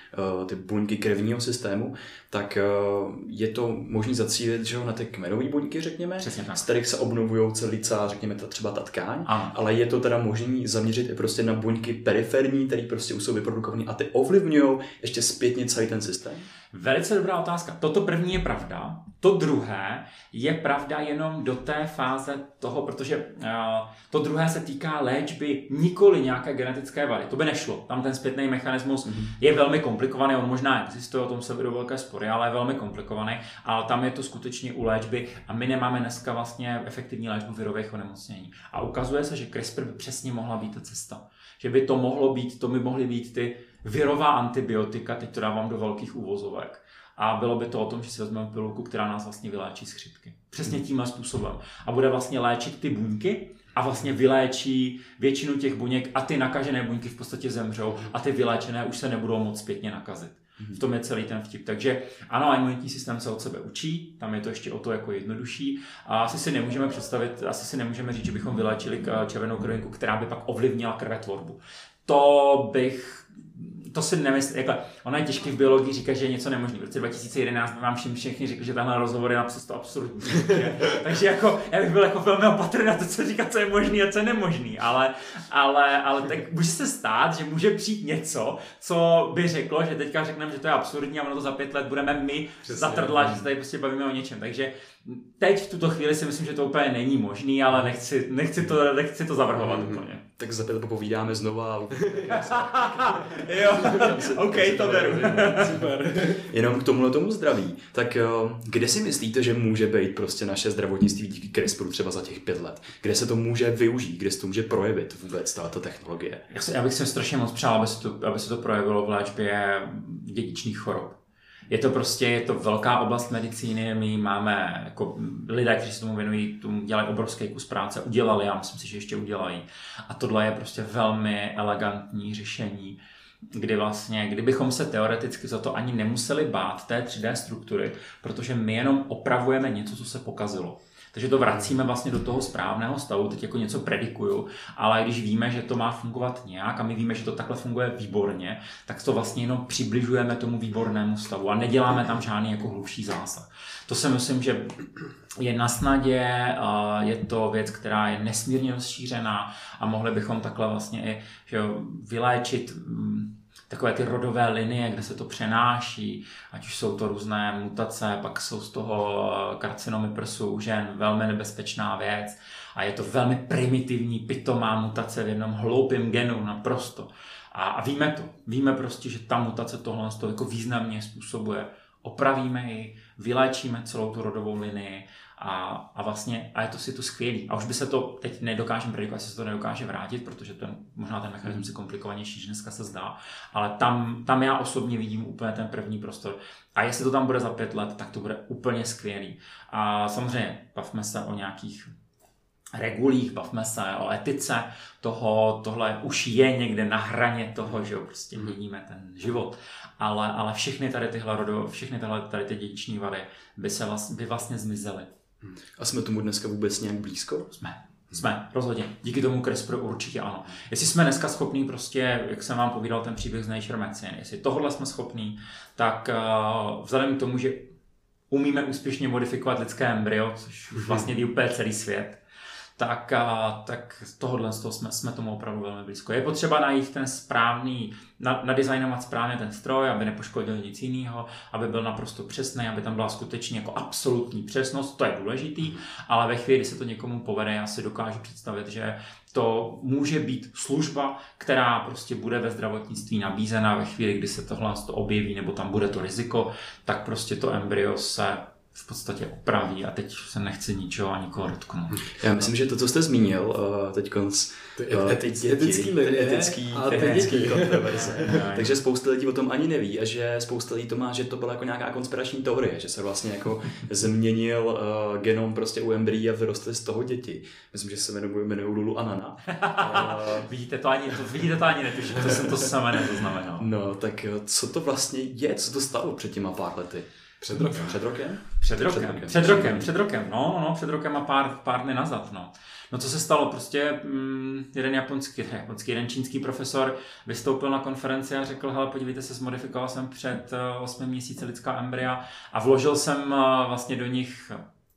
ty buňky krevního systému, tak je to možné zacílit, že na ty kmenové buňky, řekněme, z kterých se obnovují celá, řekněme, třeba ta tkáň, ale je to teda možné zaměřit i prostě na buňky periferní, které prostě už jsou vyprodukované a ty ovlivňují ještě zpětně celý ten systém? Velice dobrá otázka. Toto první je pravda. To druhé je pravda jenom do té fáze toho, protože to druhé se týká léčby nikoli nějaké genetické vady. To by nešlo. Tam ten zpětný mechanismus je velmi komplikovaný, on možná existuje, o tom se vedou velké spory, ale je velmi komplikovaný, ale tam je to skutečně u léčby a my nemáme dneska vlastně efektivní léčbu virových onemocnění. A ukazuje se, že CRISPR by přesně mohla být ta cesta. Že by to mohly být ty virová antibiotika, teď to dávám do velkých uvozovek. A bylo by to o tom, že si vezmeme pilulku, která nás vlastně vyléčí z chřipky. Přesně tímhle způsobem. A bude vlastně léčit ty buňky a vlastně vyléčí většinu těch buněk a ty nakažené buňky v podstatě zemřou a ty vyléčené už se nebudou moc zpětně nakazit. V tom je celý ten vtip. Takže ano, imunitní systém se od sebe učí, tam je to ještě o to jako jednodušší. A asi si nemůžeme říct, že bychom vyléčili červenou krvinku, která by pak ovlivnila krvetvorbu. To si nemyslím, ono je těžké v biologii říkat, že je něco nemožné. V roce 2011 vám všichni řekli, že tenhle rozhovor je naprosto absurdní. Takže jako, já bych byl jako velmi opatrný na to, co říkat, co je možný a co je nemožný. Ale tak může se stát, že může přijít něco, co by řeklo, že teďka řekneme, že to je absurdní a ono to za 5 let budeme my zatrdlat, že se tady prostě bavíme o něčem. Takže teď v tuto chvíli si myslím, že to úplně není možný, ale nechci to zavrhovat úplně. Tak za 5 popovídáme znova. Jo, OK, to beru. Super. Jenom k tomu zdraví. Tak kde si myslíte, že může být prostě naše zdravotnictví díky CRISPRu třeba za těch 5 let? Kde se to může využít? Kde se to může projevit vůbec tato technologie? Já bych se strašně moc přál, aby se to projevilo v léčbě dědičných chorob. Je to velká oblast medicíny, my máme jako lidé, kteří se tomu věnují, tomu dělají obrovský kus práce, udělali, já myslím si, že ještě udělají. A tohle je prostě velmi elegantní řešení, kdy vlastně, kdybychom se teoreticky za to ani nemuseli bát té 3D struktury, protože my jenom opravujeme něco, co se pokazilo. Takže to vracíme vlastně do toho správného stavu, teď jako něco predikuju, ale když víme, že to má fungovat nějak a my víme, že to takhle funguje výborně, tak to vlastně jenom přibližujeme tomu výbornému stavu a neděláme tam žádný jako hlubší zásah. To si myslím, že je na snadě, je to věc, která je nesmírně rozšířená a mohli bychom takhle vlastně i vyléčit takové ty rodové linie, kde se to přenáší, ať už jsou to různé mutace, pak jsou z toho karcinomy prsu u žen, velmi nebezpečná věc a je to velmi primitivní, pitomá mutace v jednom hloupém genu naprosto. A víme prostě, že ta mutace tohle jako významně způsobuje. Opravíme ji, vyléčíme celou tu rodovou linii a vlastně a je to skvělý. A už by se to, teď nedokážeme predikovat, jestli se to nedokáže vrátit, protože možná ten mechanismus je komplikovanější, že dneska se zdá, ale tam já osobně vidím úplně ten první prostor. A jestli to tam bude za 5 let, tak to bude úplně skvělý. A samozřejmě bavme se o nějakých regulích, bavme se o etice tohle už je někde na hraně toho, že prostě měníme ten život. Ale všechny tady ty dědičné vady by vlastně zmizely. A jsme tomu dneska vůbec nějak blízko? Jsme, rozhodně. Díky tomu CRISPRu určitě ano. Jestli jsme dneska schopní prostě, jak jsem vám povídal ten příběh z Nature Medicine, jestli tohle jsme schopní, tak vzhledem k tomu, že umíme úspěšně modifikovat lidské embryo, což už vlastně ví úplně celý svět, tak tohohle jsme tomu opravdu velmi blízko. Je potřeba najít ten správný, nadizajnovat správně ten stroj, aby nepoškodil nic jiného, aby byl naprosto přesný, aby tam byla skutečně jako absolutní přesnost, to je důležitý, ale ve chvíli, kdy se to někomu povede, já si dokážu představit, že to může být služba, která prostě bude ve zdravotnictví nabízena ve chvíli, kdy se tohle objeví, nebo tam bude to riziko, tak prostě to embryo se v podstatě opraví a teď se nechci ničeho a nikoho dotknout. Já myslím, že to, co jste zmínil, etický kontroverze. Takže spousta lidí o tom ani neví a že spousta lidí to má, že to byla jako nějaká konspirační teorie, že se vlastně jako změnil genom prostě u embryí a vyrostly z toho děti. Myslím, že se jmenují Lulu a Nana. Vidíte to ani netuším, to sama nezaznamenal. No, tak co to vlastně je, co to stalo před těma pár lety? Před rokem. Před rokem a pár dny nazad, no. No co se stalo, prostě jeden čínský profesor vystoupil na konferenci a řekl, hele, podívejte se, zmodifikoval jsem před 8 měsíci lidská embrya a vložil jsem vlastně do nich,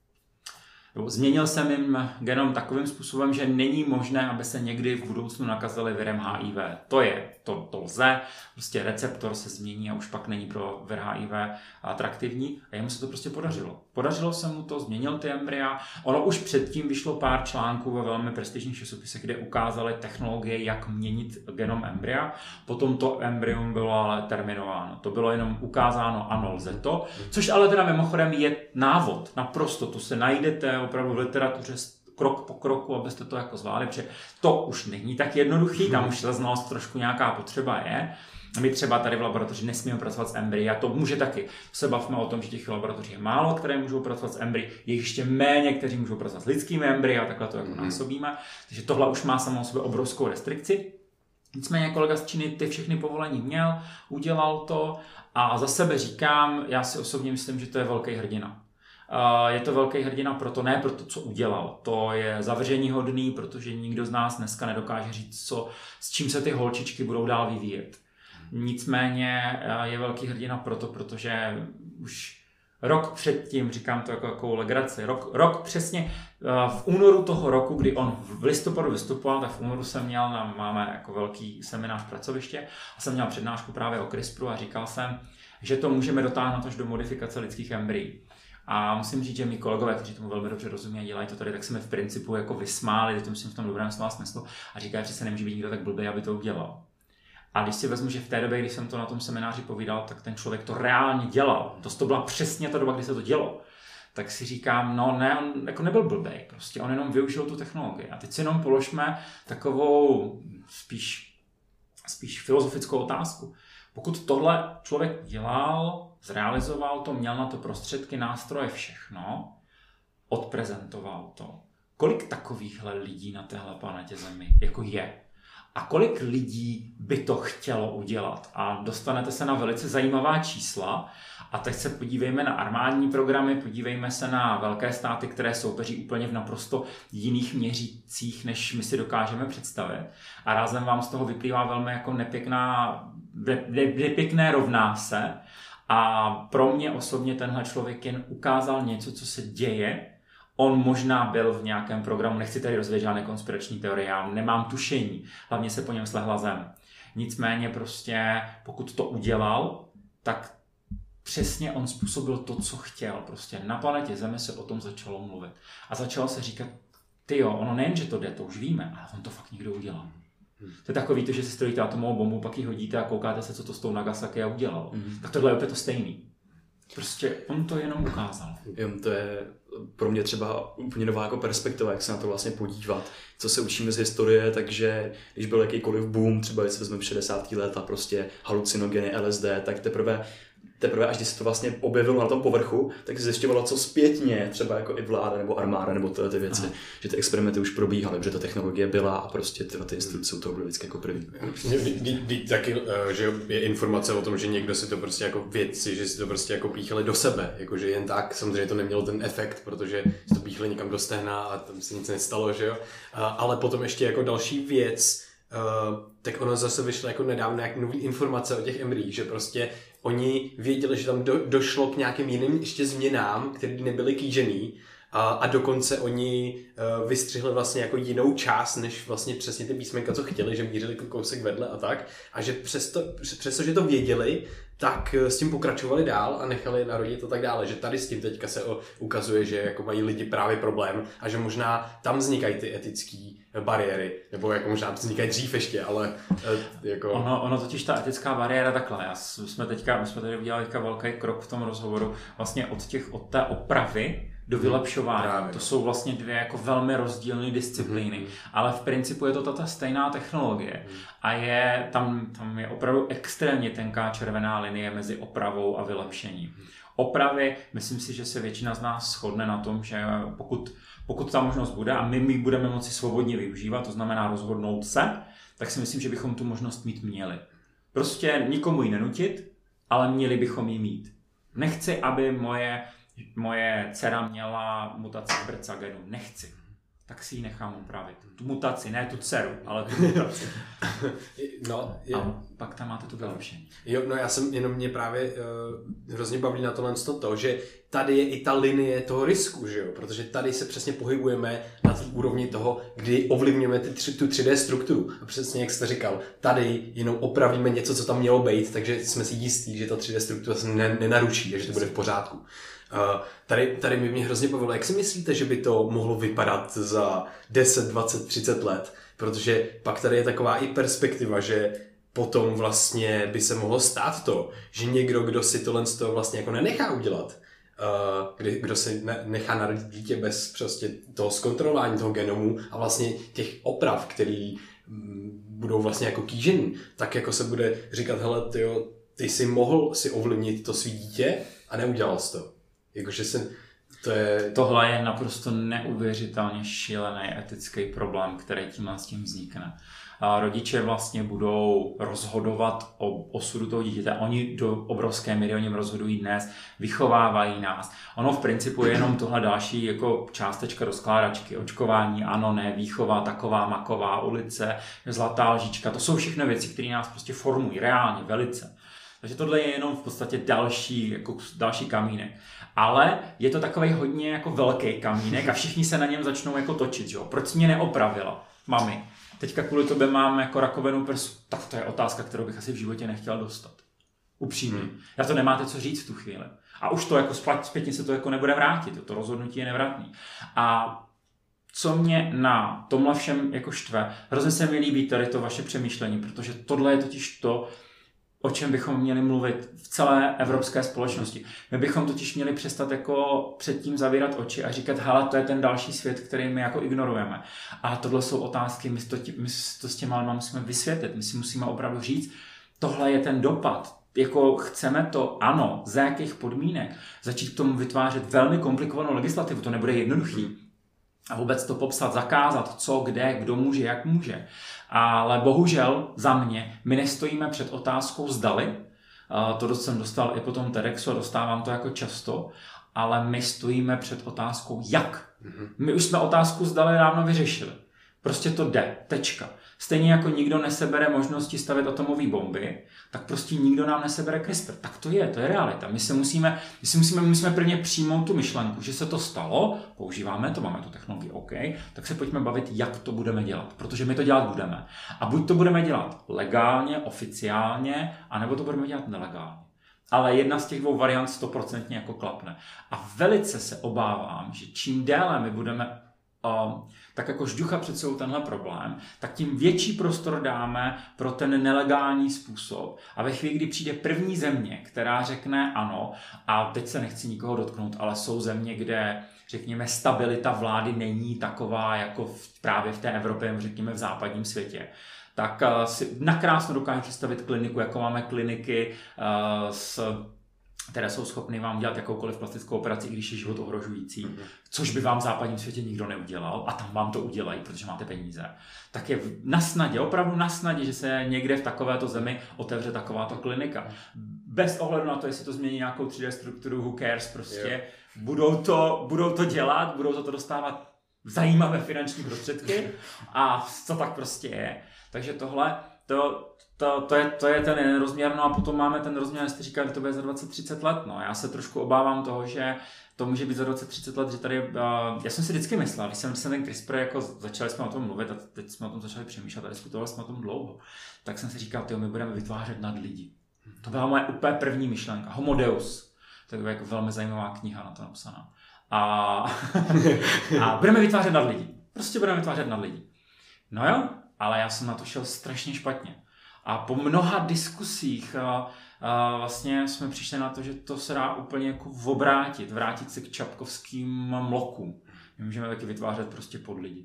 změnil jsem jim genom takovým způsobem, že není možné, aby se někdy v budoucnu nakazili virem HIV. To lze, prostě receptor se změní a už pak není pro vir HIV atraktivní a jemu se to prostě podařilo. Podařilo se mu to, změnil ty embrya. Ono už předtím vyšlo pár článků ve velmi prestižních časopisech, kde ukázali technologie, jak měnit genom embrya. Potom to embryum bylo ale terminováno. To bylo jenom ukázáno, ano, lze to. Což ale teda mimochodem je návod, naprosto. To se najdete opravdu v literatuře krok po kroku, abyste to jako zvládli, protože to už není tak jednoduchý, tam už ta znalost trošku nějaká potřeba je. My třeba tady v laboratoři nesmíme pracovat s embryi a to může taky. Se bavme o tom, že těch laboratoří je málo, které můžou pracovat s embryi, je ještě méně, kteří můžou pracovat s lidskými embryi a takhle to jako násobíme. Takže tohle už má samo o sobě obrovskou restrikci. Nicméně kolega z Číny ty všechny povolení měl, udělal to a za sebe říkám, já si osobně myslím, že to je velký hrdina. Je to velký hrdina ne proto, co udělal. To je zavrženíhodný, protože nikdo z nás dneska nedokáže říct, s čím se ty holčičky budou dál vyvíjet. Nicméně je velký hrdina protože už rok předtím, říkám to jako legraci, rok přesně v únoru toho roku, kdy on v listopadu vystupoval, tak v únoru máme jako velký seminář v pracoviště a jsem měl přednášku právě o CRISPRu a říkal jsem, že to můžeme dotáhnout až do modifikace lidských embryí. A musím říct, že mý kolegové, kteří tomu velmi dobře rozumí a dělají to tady, tak se mi v principu jako vysmáli, že to myslím v tom dobrém slova smyslu a říkají, že se nemůže být nikdo tak blbý, aby to udělal. A když si vezmu, že v té době, když jsem to na tom semináři povídal, tak ten člověk to reálně dělal. To byla přesně ta doba, kdy se to dělo. Tak si říkám, no ne, on jako nebyl blbej, prostě on jenom využil tu technologii. A teď si jenom položme takovou spíš filozofickou otázku. Pokud tohle člověk dělal, zrealizoval to, měl na to prostředky, nástroje, všechno, odprezentoval to. Kolik takovýchhle lidí na téhle planetě Zemi jako je? A kolik lidí by to chtělo udělat? A dostanete se na velice zajímavá čísla. A teď se podívejme na armádní programy, podívejme se na velké státy, které soupeří úplně v naprosto jiných měřících, než my si dokážeme představit. A rázem vám z toho vyplývá velmi jako nepěkné rovná se. A pro mě osobně tenhle člověk jen ukázal něco, co se děje. On možná byl v nějakém programu, nechci tady rozvědět žádné konspirační teorie, já nemám tušení, hlavně se po něm slehla zem. Nicméně prostě, pokud to udělal, tak přesně on způsobil to, co chtěl. Prostě na planetě Zemi se o tom začalo mluvit. A začalo se říkat, tyjo, ono nejen, že to jde, to už víme, ale on to fakt někdo udělal. To je takový to, že si strojíte atomovou bombu, pak ji hodíte a koukáte se, co to s tou Nagasaki udělalo. Tak tohle je opět to stejný. Prostě on to jenom ukázal. To je pro mě třeba úplně nová jako perspektiva, jak se na to vlastně podívat, co se učíme z historie, takže když byl jakýkoliv boom, třeba když se vezmeme 60. let a prostě halucinogeny, LSD, tak teprve až když se to vlastně objevilo na tom povrchu, tak se zjišťovalo, co zpětně, třeba jako i vláda nebo armáda nebo tyhle ty věci, že ty experimenty už probíhaly, že ta technologie byla a prostě ty instituce u toho byly vždycky jako první. Taky, že je informace o tom, že někdo si to prostě jako vědci, že si to prostě jako píchali do sebe, jakože jen tak, samozřejmě to nemělo ten efekt, protože si to píchali někam do stehna a tam se nic nestalo, že jo. Ale potom ještě jako další věc, tak ono zase vyšlo jako nedávno nějaké nové informace o těch embryích, že prostě oni věděli, že tam došlo k nějakým jiným ještě změnám, které nebyly kýžený a dokonce oni vystřihli vlastně jako jinou část, než vlastně přesně ty písmenka, co chtěli, že mířili kousek vedle a tak. A že přesto, že to věděli, tak s tím pokračovali dál a nechali narodit a tak dále. Že tady s tím teďka se ukazuje, že jako mají lidi právě problém a že možná tam vznikají ty etické bariéry, nebo jako možná vznikají dřív ještě, ale jako... Ono totiž ta etická bariéra takhle. My jsme tady udělali velký krok v tom rozhovoru vlastně od té opravy do vylepšování. Právě, to jsou vlastně dvě jako velmi rozdílné disciplíny, ale v principu je to ta stejná technologie a tam je opravdu extrémně tenká červená linie mezi opravou a vylepšením. Opravy, myslím si, že se většina z nás shodne na tom, že pokud ta možnost bude a my budeme moci svobodně využívat, to znamená rozhodnout se, tak si myslím, že bychom tu možnost mít měli. Prostě nikomu ji nenutit, ale měli bychom ji mít. Nechci, aby moje dcera měla mutaci brca genu. Nechci. Tak si ji nechám upravit. Tu mutaci, ne tu dceru, ale tu mutaci. A pak tam máte to vylepšení. Jo, no já jsem jenom mě právě hrozně baví na tohle to, že tady je i ta linie toho risku, že jo? Protože tady se přesně pohybujeme na té úrovni toho, kdy ovlivňujeme tu 3D strukturu. A přesně jak jste říkal, tady jenom opravíme něco, co tam mělo být, takže jsme si jistí, že ta 3D struktura se nenaruší a že to bude v pořádku. Tady mě hrozně bavilo, jak si myslíte, že by to mohlo vypadat za 10, 20, 30 let? Protože pak tady je taková i perspektiva, že potom vlastně by se mohlo stát to, že někdo, kdo si tohle vlastně jako nenechá udělat, kdo si nechá narodit dítě bez prostě toho zkontrolování toho genomu a vlastně těch oprav, který budou vlastně jako kýžený, tak jako se bude říkat, hele, ty jsi mohl si ovlivnit to svý dítě a neudělal jsi to. Jakože Tohle je naprosto neuvěřitelně šílený etický problém, který tímhle s tím vznikne. A rodiče vlastně budou rozhodovat o osudu toho dítěte. Oni do obrovské míry o něm rozhodují dnes, vychovávají nás. Ono v principu je jenom tohle další jako částečka do skládačky. Očkování, ano, ne, výchova, taková, maková, ulice, zlatá lžička. To jsou všechno věci, které nás prostě formují reálně, velice. Takže tohle je jenom v podstatě další kamínek. Ale je to takový hodně jako velký kamínek a všichni se na něm začnou jako točit. Jo? Proč jsi mě neopravila, mami? Teďka kvůli tobě mám jako rakovinu prsu. Tak to je otázka, kterou bych asi v životě nechtěl dostat. Upřímně. Já to nemáte co říct v tu chvíli. A už to jako zpětně se to jako nebude vrátit, to rozhodnutí je nevratný. A co mě na tomhle všem jako štve, hrozně se mi líbí tady to vaše přemýšlení, protože tohle je totiž to, o čem bychom měli mluvit v celé evropské společnosti. My bychom totiž měli přestat jako předtím zavírat oči a říkat, hele, to je ten další svět, který my jako ignorujeme. A tohle jsou otázky, my to s těma lidma musíme vysvětlit, my si musíme opravdu říct, tohle je ten dopad. Jako chceme to, ano, za jakých podmínek, začít k tomu vytvářet velmi komplikovanou legislativu, to nebude jednoduchý. A vůbec to popsat, zakázat, co, kde, kdo může, jak může. Ale bohužel za mě, my nestojíme před otázkou zdali, to jsem dostal i po tom TEDxu a dostávám to jako často, ale my stojíme před otázkou jak. My už jsme otázku zdali dávno vyřešili. Prostě to jde, tečka. Stejně jako nikdo nesebere možnosti stavět atomové bomby, tak prostě nikdo nám nesebere CRISPR. Tak to je realita. My musíme prvně přijmout tu myšlenku, že se to stalo, používáme to, máme tu technologii, OK, tak se pojďme bavit, jak to budeme dělat, protože my to dělat budeme. A buď to budeme dělat legálně, oficiálně, anebo to budeme dělat nelegálně. Ale jedna z těch dvou variant 100% jako klapne. A velice se obávám, že čím déle my budeme tak jako žducha před sebou tenhle problém, tak tím větší prostor dáme pro ten nelegální způsob. A ve chvíli, kdy přijde první země, která řekne ano, a teď se nechci nikoho dotknout, ale jsou země, kde, řekněme, stabilita vlády není taková jako právě v té Evropě, řekněme v západním světě, tak si nakrásno dokážu představit kliniku, jako máme kliniky které jsou schopny vám dělat jakoukoliv plastickou operaci, i když je život ohrožující, což by vám v západním světě nikdo neudělal a tam vám to udělají, protože máte peníze, tak je na snadě, opravdu na snadě, že se někde v takovéto zemi otevře takováto klinika. Bez ohledu na to, jestli to změní nějakou 3D strukturu, who cares, prostě budou to dělat, budou za to dostávat zajímavé finanční prostředky a co tak prostě je. Takže tohle, to je ten rozměr, no a potom máme ten rozměr, jestli říkali, že to bude za 20-30 let, no. Já se trošku obávám toho, že to může být za 20-30 let, že tady, já jsem si vždycky myslel, když jsem ten CRISPR, jako začali jsme o tom mluvit a teď jsme o tom začali přemýšlet a diskutovali jsme o tom dlouho, tak jsem si říkal, my budeme vytvářet nad lidi. To byla moje úplně první myšlenka, Homo Deus, to je jako velmi zajímavá kniha na to napsaná. A budeme vytvářet nad lidi, prostě budeme vytvářet nad lidi. No jo, ale já jsem na to šel strašně špatně. A po mnoha diskusích vlastně jsme přišli na to, že to se dá úplně jako vrátit se k čapkovským mlokům. My můžeme taky vytvářet prostě pod lidi.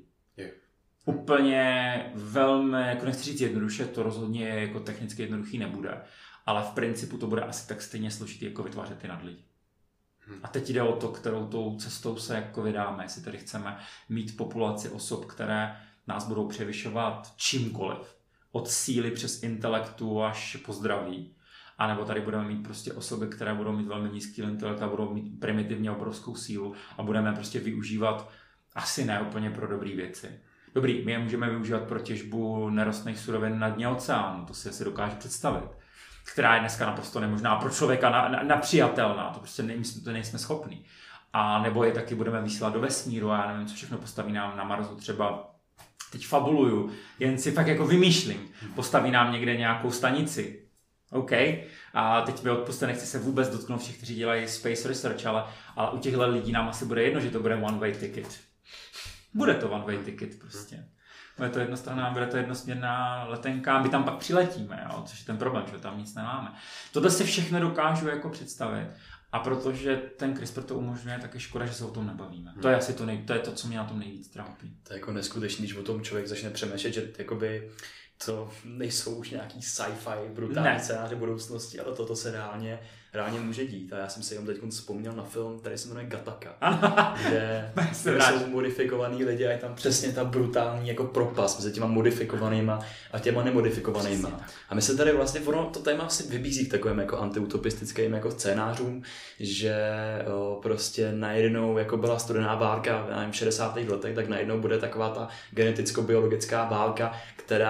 Úplně velmi, jako nechci říct jednoduše, to rozhodně jako technicky jednoduchý nebude, ale v principu to bude asi tak stejně složitý, jako vytvářet ty nad lidi. A teď jde o to, kterou tou cestou se jako vydáme, jestli tady chceme mít populaci osob, které nás budou převyšovat čímkoliv. Od síly přes intelektu až po zdraví. A nebo tady budeme mít prostě osoby, které budou mít velmi nízký intelekt a budou mít primitivně obrovskou sílu a budeme prostě využívat asi ne úplně pro dobré věci. Dobrý, my je můžeme využívat pro těžbu nerostných surovin na dně oceánu, to si asi dokážu představit. Která je dneska naprosto nemožná pro člověka nepřijatelná, to prostě nejsme schopní. A nebo je taky budeme vysílat do vesmíru a já nevím, co všechno postaví nám na Marsu třeba. Teď fabuluju, jen si fakt jako vymýšlím. Postaví nám někde nějakou stanici. OK. A teď mi odpuste, nechci se vůbec dotknout všech, kteří dělají space research, ale u těchto lidí nám asi bude jedno, že to bude one way ticket. Bude to one way ticket prostě. Bude to jednostranná, bude to jednosměrná letenka, my tam pak přiletíme, jo? Což je ten problém, že tam nic nemáme. Tohle si všechno dokážu jako představit. A protože ten CRISPR to umožňuje, tak je škoda, že se o tom nebavíme. To je asi to je to, co mě na tom nejvíc trápí. To je jako neskutečný, když o tom člověk začne přemýšlet, že jakoby to nejsou už nějaký sci-fi brutální scénáře budoucnosti, ale toto se reálně může dít. A já jsem si jenom teď vzpomněl na film, který se jmenuje Gattaca, kde jsou modifikovaný lidi a je tam přesně ta brutální jako propast mezi těma modifikovanýma a těma nemodifikovanýma. A my se tady vlastně, to téma si vybízí k takovým jako antiutopistickým jako scénářům, že prostě najednou jako byla studená válka v 60. letech, tak najednou bude taková ta geneticko-biologická válka, která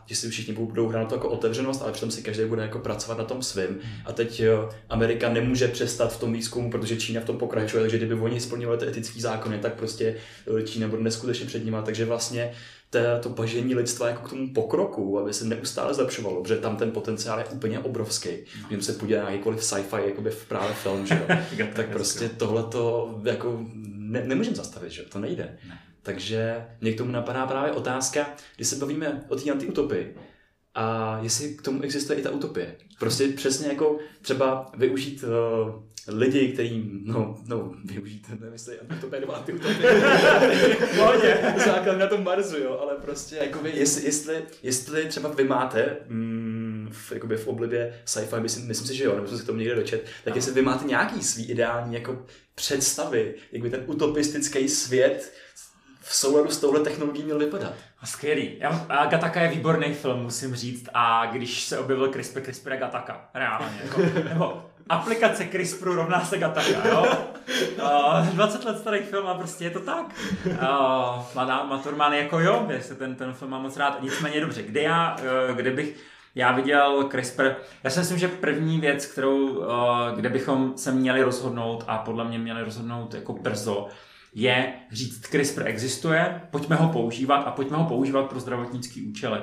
že si všichni budou hrát na to jako otevřenost, ale přitom si každý bude jako pracovat na tom svým. A teď Amerika nemůže přestat v tom výzkumu, protože Čína v tom pokračuje, takže kdyby oni splňovali ty etické zákony, tak prostě Čína bude neskutečně před nimi, takže vlastně to bažení lidstva jako k tomu pokroku, aby se neustále zlepšovalo, protože tam ten potenciál je úplně obrovský. Když se podívá na jakýkoliv sci-fi, jakoby právě film, že jo? Tak prostě tohleto jako nemůžeme zastavit, že jo? To nejde. Ne. Takže mě k tomu napadá právě otázka, když se bavíme o té antiutopii, a jestli k tomu existuje i ta utopie. Prostě přesně jako třeba využít lidi, kteří, využít, nevím, jestli utopie nebo antiutopie. Základ na tom Marsu, jo, ale prostě jakoby, jestli třeba vy máte v oblibě sci-fi, myslím si, že jo, nebo jsem se k tomu někde dočet, tak jestli vy máte nějaký svý ideální jako představy, jak by ten utopistický svět v souladu s touhle technologií měl vypadat. Skvělý. Gattaca je výborný film, musím říct, a když se objevil CRISPR je Gattaca, reálně. Nebo aplikace CRISPRu rovná se Gattaca, jo? 20 let starý film a prostě je to tak. Mladá Maturman jako jo, jestli ten film mám moc rád. Nicméně dobře, kde bych já viděl CRISPR, já si myslím, že první věc, kde bychom se měli rozhodnout a podle mě měli rozhodnout jako brzo, je říct, CRISPR existuje, pojďme ho používat a pojďme ho používat pro zdravotnické účely.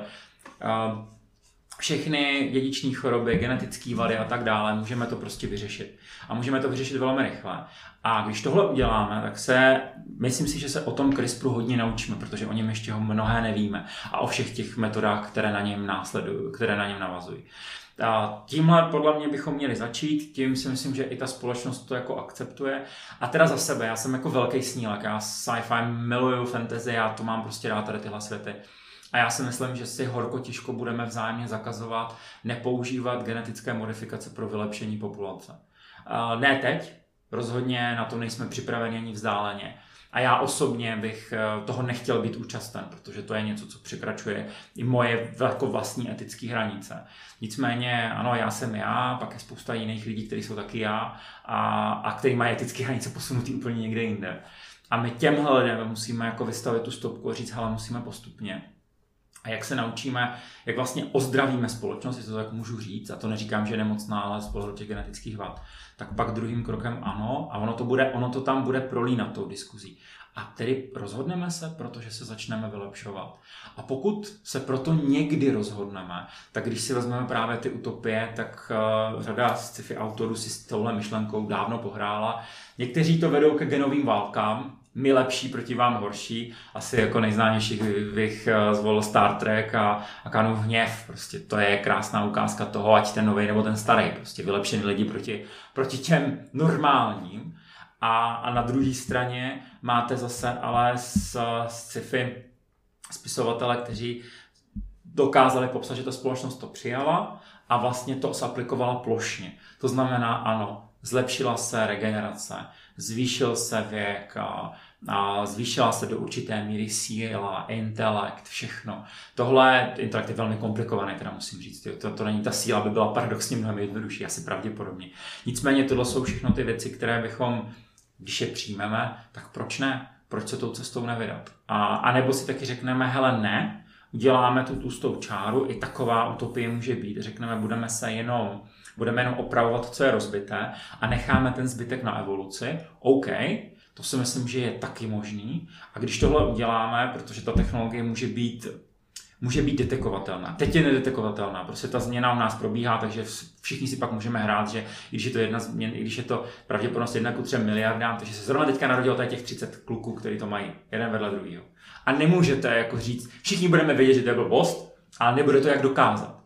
Všechny dědičné choroby, genetické vady a tak dále, můžeme to prostě vyřešit. A můžeme to vyřešit velmi rychle. A když tohle uděláme, tak myslím si, že se o tom CRISPRu hodně naučíme, protože o něm ještě mnohé nevíme. A o všech těch metodách, které na něm následují, které na něm navazují. A tímhle podle mě bychom měli začít, tím si myslím, že i ta společnost to jako akceptuje. A teda za sebe, já jsem jako velký snílek, já sci-fi miluju, fantasy, já to mám prostě rád tady tyhle světy. A já si myslím, že si horko těžko budeme vzájemně zakazovat nepoužívat genetické modifikace pro vylepšení populace. Ne teď, rozhodně na to nejsme připraveni ani vzdáleně. A já osobně bych toho nechtěl být účasten, protože to je něco, co překračuje i moje jako vlastní etické hranice. Nicméně, ano, já jsem já, pak je spousta jiných lidí, kteří jsou taky já a kteří mají etické hranice posunutý úplně někde jinde. A my těmhle lidem musíme jako vystavit tu stopku a říct, hele, musíme postupně. A jak se naučíme, jak vlastně ozdravíme společnost, jestli to tak můžu říct, a to neříkám, že je nemocná, ale z pohledu těch genetických vad, tak pak druhým krokem ano, a ono to tam bude prolínat tou diskuzí. A tedy rozhodneme se, protože se začneme vylepšovat. A pokud se proto někdy rozhodneme, tak když si vezmeme právě ty utopie, tak řada sci-fi autorů si s touhle myšlenkou dávno pohrála. Někteří to vedou ke genovým válkám, my lepší proti vám horší. Asi jako nejznámější bych zvolil Star Trek a Khanův hněv. Prostě to je krásná ukázka toho, ať ten novej nebo ten starý. Prostě vylepšený lidi proti těm normálním. A na druhé straně máte zase ale sci-fi spisovatele, kteří dokázali popsat, že ta společnost to přijala a vlastně to aplikovala plošně. To znamená, ano, zlepšila se regenerace, zvýšil se věk a zvýšila se do určité míry síla, intelekt, všechno. Tohle intelekt je velmi komplikovaný, teda musím říct. To není ta síla, by byla paradoxně mnohem jednodušší, asi pravděpodobně. Nicméně tohle jsou všechno ty věci, které bychom, když je přijmeme, tak proč ne? Proč se tou cestou nevydat? A nebo si taky řekneme, hele ne, uděláme tu tlustou čáru, i taková utopie může být. Řekneme, budeme jenom opravovat, co je rozbité a necháme ten zbytek na evoluci. OK, to si myslím, že je taky možný. A když tohle uděláme, protože ta technologie může být detekovatelná. Teď je nedetekovatelná, prostě ta změna u nás probíhá, takže všichni si pak můžeme hrát, že i když je to pravděpodobnost 1:3 miliardám, takže se zrovna teďka narodilo tady těch 30 kluků, kteří to mají, jeden vedle druhého. A nemůžete jako říct, všichni budeme vědět, že to je blbost, ale nebude to jak dokázat.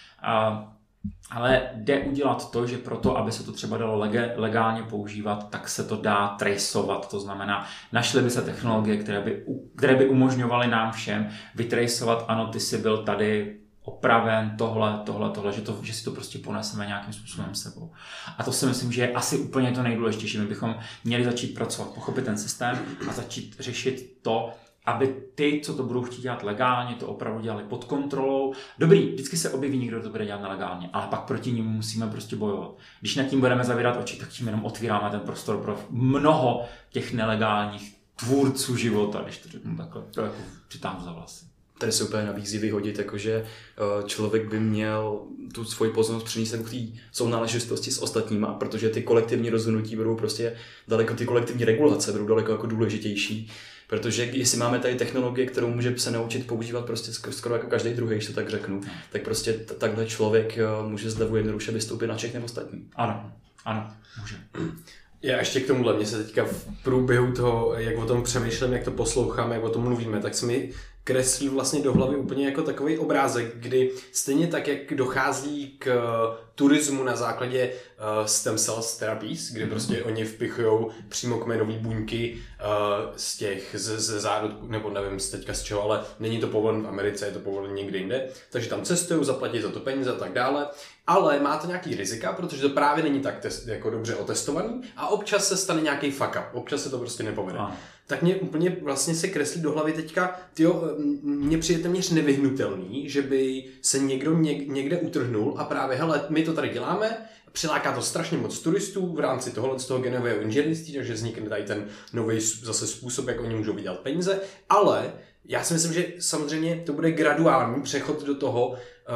Ale jde udělat to, že proto, aby se to třeba dalo legálně používat, tak se to dá traceovat. To znamená, našly by se technologie, které by umožňovaly nám všem vytraceovat, ano, ty jsi byl tady opraven, tohle, že si to prostě poneseme nějakým způsobem sebou. A to si myslím, že je asi úplně to nejdůležitější. My bychom měli začít pracovat, pochopit ten systém a začít řešit to, aby ty, co to budou chtít dělat legálně, to opravdu dělali pod kontrolou. Dobrý, vždycky se objeví někdo, kdo to bude dělat nelegálně, ale pak proti ním musíme prostě bojovat. Když nad tím budeme zavírat oči, tak tím jenom otvíráme ten prostor pro mnoho těch nelegálních tvůrců života, když to řeknu takhle, to jako přitáhnu za vlasy. tady se úplně nabízí vyhodit, jakože člověk by měl tu svoji pozornost přenést k té sounáležitosti s ostatníma, protože ty kolektivní rozhodnutí budou prostě daleko, ty kolektivní regulace budou daleko jako důležitější. Protože jestli máme tady technologie, kterou může se naučit používat prostě skoro jako každý druhý, když to tak řeknu, tak prostě takhle člověk může z davu jednoduše vystoupit na všechny ostatní. Ano, může. Já ještě k tomuhle, mě se teďka v průběhu toho, jak o tom přemýšlím, jak to poslouchám, jak o tom mluvíme, tak se mi kreslí vlastně do hlavy úplně jako takový obrázek, kdy stejně tak, jak dochází k turismu na základě stem cells therapies, kdy prostě oni vpichujou přímo kmenové buňky z těch ze zárodků, nebo nevím teďka z čeho, ale není to povolen v Americe, je to povolen někde jinde, takže tam cestují, zaplatí za to peníze a tak dále, ale má to nějaký rizika, protože to právě není tak jako dobře otestovaný a občas se stane nějaký fuck up, občas se to prostě nepovede. Tak mě úplně vlastně se kreslí do hlavy teďka, mně přijde téměř nevyhnutelný, že by se někdo někde utrhnul a právě, hele, my to tady děláme, přiláká to strašně moc turistů v rámci z toho genového inženýrství, takže vznikne tady ten nový zase způsob, jak oni můžou vydělat peníze, ale já si myslím, že samozřejmě to bude graduální přechod do toho,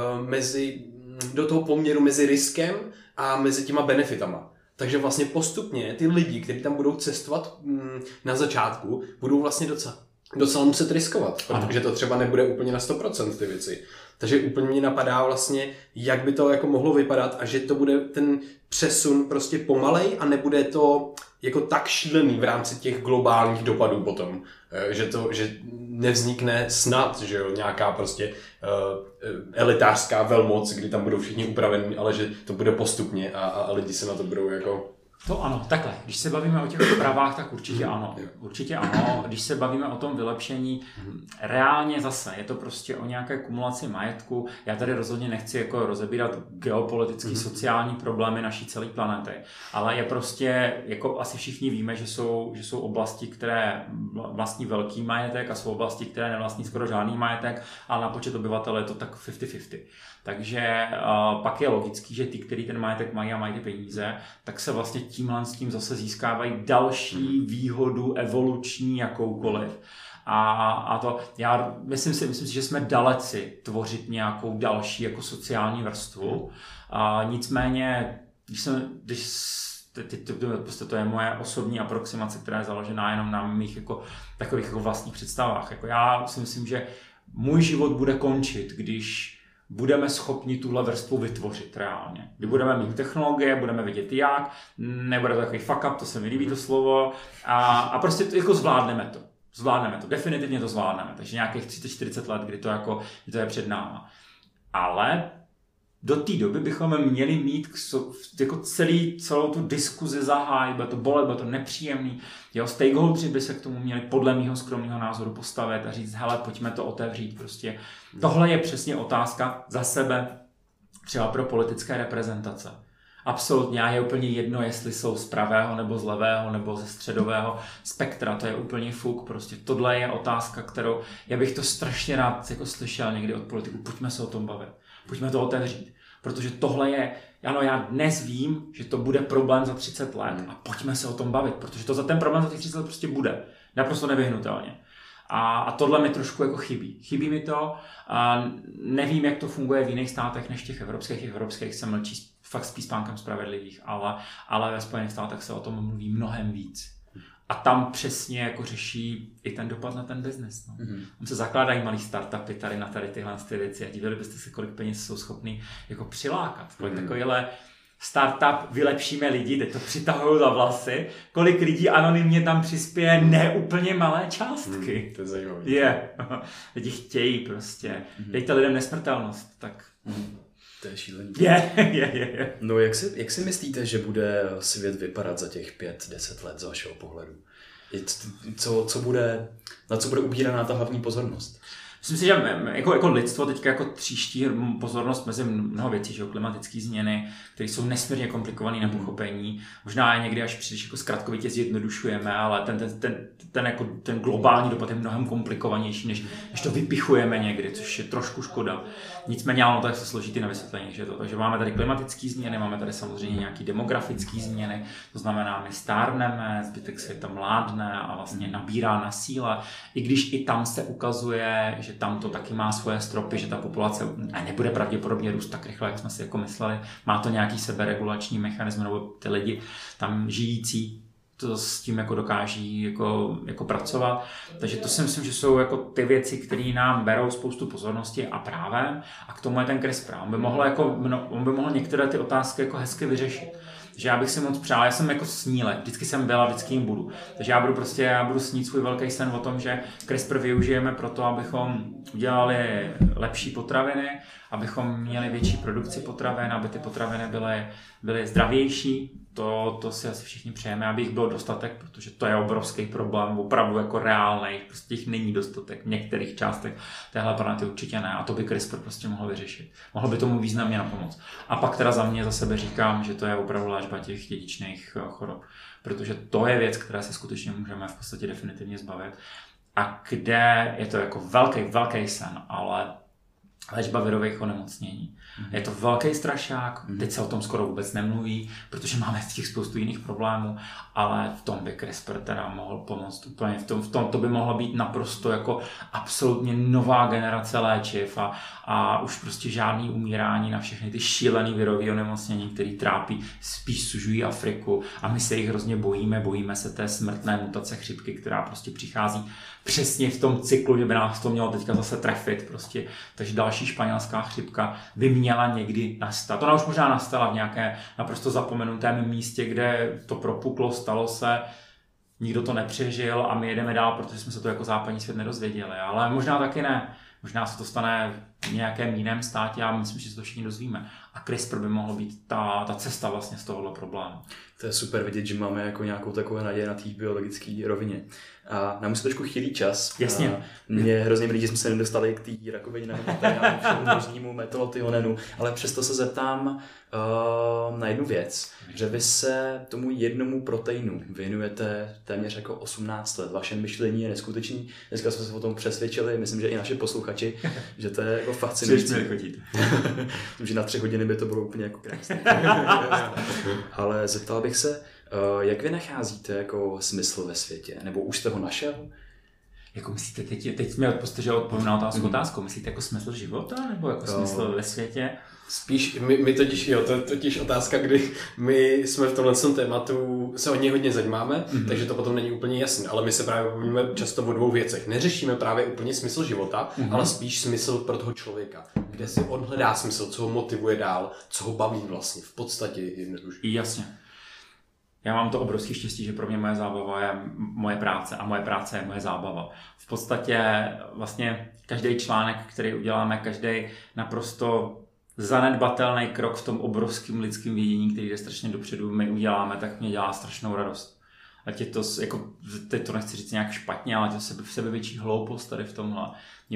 do toho poměru mezi riskem a mezi těma benefitama. Takže vlastně postupně ty lidi, kteří tam budou cestovat na začátku, budou vlastně docela muset riskovat, protože to třeba nebude úplně na 100% ty věci. Takže úplně mě napadá vlastně, jak by to jako mohlo vypadat a že to bude ten přesun prostě pomalej a nebude to jako tak šílený v rámci těch globálních dopadů potom. Že nevznikne snad, že jo, nějaká prostě elitářská velmoc, kdy tam budou všichni upravení, ale že to bude postupně a lidi se na to budou jako... To ano, takhle. Když se bavíme o těch právách, tak určitě ano. Určitě ano. Když se bavíme o tom vylepšení, reálně zase je to prostě o nějaké kumulaci majetku. Já tady rozhodně nechci jako rozebírat geopolitický, sociální problémy naší celé planety, ale je prostě, jako asi všichni víme, že jsou oblasti, které vlastní velký majetek a jsou oblasti, které nevlastní skoro žádný majetek, ale na počet obyvatel je to tak 50-50. Takže pak je logický, že ty, kteří ten majetek mají a mají ty peníze, tak se vlastně tímhle s tím zase získávají další výhodu evoluční jakoukoliv. A to, já myslím si, že jsme daleci tvořit nějakou další jako sociální vrstvu. Nicméně, to je moje osobní aproximace, která je založená jenom na mých jako, takových jako vlastních představách. Jako já si myslím, že můj život bude končit, když budeme schopni tuhle vrstvu vytvořit reálně. Kdy budeme mít technologie, budeme vidět jak, nebude to takový fuck up, to se mi líbí to slovo, a prostě to, jako zvládneme to, definitivně to zvládneme, takže nějakých 30-40 let, kdy to je před náma. Ale do té doby bychom měli mít jako celou tu diskuzi zahájit, bude to bolet, bude to nepříjemný. Stakeholdři by se k tomu měli podle mýho skromného názoru postavit a říct, hele, pojďme to otevřít. Prostě. Tohle je přesně otázka za sebe, třeba pro politické reprezentace. Absolutně, a je úplně jedno, jestli jsou z pravého nebo z levého nebo ze středového spektra, to je úplně fuk. Prostě tohle je otázka, kterou já bych to strašně rád jako slyšel někdy od politiků. Pojďme se o tom bavit, pojďme to otevřít. Protože tohle je, ano, já dnes vím, že to bude problém za 30 let a pojďme se o tom bavit, protože to za ten problém za těch 30 let prostě bude. Naprosto nevyhnutelně. A tohle mi trošku jako chybí. Chybí mi to. Nevím, jak to funguje v jiných státech než těch evropských se mlčí fakt s píspánkem spravedlivých, ale ve Spojených státech se o tom mluví mnohem víc. A tam přesně jako řeší i ten dopad na ten biznes. No. Tam se zakládají malý startupy tady na tyhle věci a divili byste se, kolik peněz jsou schopný jako přilákat. Kolik takovýhle startup vylepšíme lidi, teď to přitahují za vlasy, kolik lidí anonymně tam přispěje neúplně malé částky. To je zajímavé. Lidi chtějí prostě. Dejte lidem nesmrtelnost, tak... To je šílený. Je. No jak si myslíte, že bude svět vypadat za těch 5-10 let z vašeho pohledu? Na co bude ubíraná ta hlavní pozornost? Myslím si, že jako lidstvo teďka jako tříští pozornost mezi mnoho věcí, že klimatické změny, které jsou nesmírně komplikované na pochopení. Možná je někdy až příliš jako zkratkovitě zjednodušujeme, ale ten globální dopad je mnohem komplikovanější, než to vypichujeme někdy, což je trošku škoda. Nicméně ono to je složitý na vysvětlení, že to. Takže máme tady klimatické změny, máme tady samozřejmě nějaké demografické změny, to znamená, my stárneme, zbytek světa mládne a vlastně nabírá na síle, i když i tam se ukazuje, že tam to taky má svoje stropy, že ta populace nebude pravděpodobně růst tak rychle, jak jsme si jako mysleli. Má to nějaký seberegulační mechanismus, nebo ty lidi tam žijící to s tím jako dokáží jako pracovat. Takže to si myslím, že jsou jako ty věci, které nám berou spoustu pozornosti a právem, a k tomu je ten CRISPR. On by mohl některé ty otázky jako hezky vyřešit. Takže já bych si moc přál, já jsem jako snílek, vždycky jsem byl a vždycky jim budu. Takže já budu snít svůj velký sen o tom, že CRISPR využijeme pro to, abychom udělali lepší potraviny, abychom měli větší produkci potravin, aby ty potraviny byly zdravější. To si asi všichni přejeme, aby jich bylo dostatek, protože to je obrovský problém, opravdu jako reálnej, prostě jich není dostatek v některých částech téhle planety určitě ne, a to by CRISPR prostě mohl vyřešit. Mohl by tomu významně napomoct. A pak teda za mě za sebe říkám, že to je opravdu léčba těch dědičných chorob, protože to je věc, která se skutečně můžeme v podstatě definitivně zbavit, a kde je to jako velký sen, ale léčba virových onemocnění. Je to velký strašák, teď se o tom skoro vůbec nemluví, protože máme těch spoustu jiných problémů, ale v tom by CRISPR teda mohl pomoct úplně, v tom to by mohlo být naprosto jako absolutně nová generace léčiv a už prostě žádný umírání na všechny ty šílený virový onemocnění, který trápí, spíš sužují Afriku, a my se jich hrozně bojíme se té smrtné mutace chřipky, která prostě přichází přesně v tom cyklu, že by nás to mělo teďka zase trefit prostě. Takže další španělská chřipka by měla někdy nastat. Ona už možná nastala v nějaké naprosto zapomenutém místě, kde to propuklo, stalo se, nikdo to nepřežil a my jedeme dál, protože jsme se to jako západní svět nedozvěděli. Ale možná taky ne. Možná se to stane v nějakém jiném státě a myslím, že se to všichni dozvíme. A CRISPR by mohlo být ta cesta vlastně z tohohle problému. To je super vidět, že máme jako nějakou takovou naději na té biologické rovině. A nám se trošku chýlí čas. Jasně. Mě hrozně líbí, že jsme se nedostali k té rakovině nanomateriálu, všemu možnému metylotionenu, ale přesto se zeptám na jednu věc, že vy se tomu jednomu proteinu věnujete téměř jako 18 let. Vaše myšlení je neskutečný. Dneska jsme se o tom přesvědčili, myslím, že i naši posluchači, že to je jako fascinující. Myslím, že na 3 hodiny by to bylo úplně jako krásné. Ale zeptal bych se, jak vy nacházíte jako smysl ve světě? Nebo už jste ho našel? Jako myslíte, teď mi odpusťte, že odpovím na otázku. Myslíte jako smysl života nebo jako smysl ve světě? Spíš, my totiž, to je totiž otázka, kdy my jsme v tomhle tématu, se o něj hodně zajímáme, takže to potom není úplně jasné, ale my se právě bavíme často o 2 věcech. Neřešíme právě úplně smysl života, ale spíš smysl pro toho člověka, kde si on hledá smysl, co ho motivuje dál, co ho baví vlastně, v podstatě jednoduše. Jasně. Já mám to obrovské štěstí, že pro mě moje zábava je moje práce a moje práce je moje zábava. V podstatě vlastně každý článek, který uděláme, každý naprosto zanedbatelný krok v tom obrovském lidském vidění, který jde strašně dopředu, my uděláme, tak mě dělá strašnou radost. Ať je to, jako, teď to nechci říct nějak špatně, ale to v sebevětší hloupost tady v tomhle.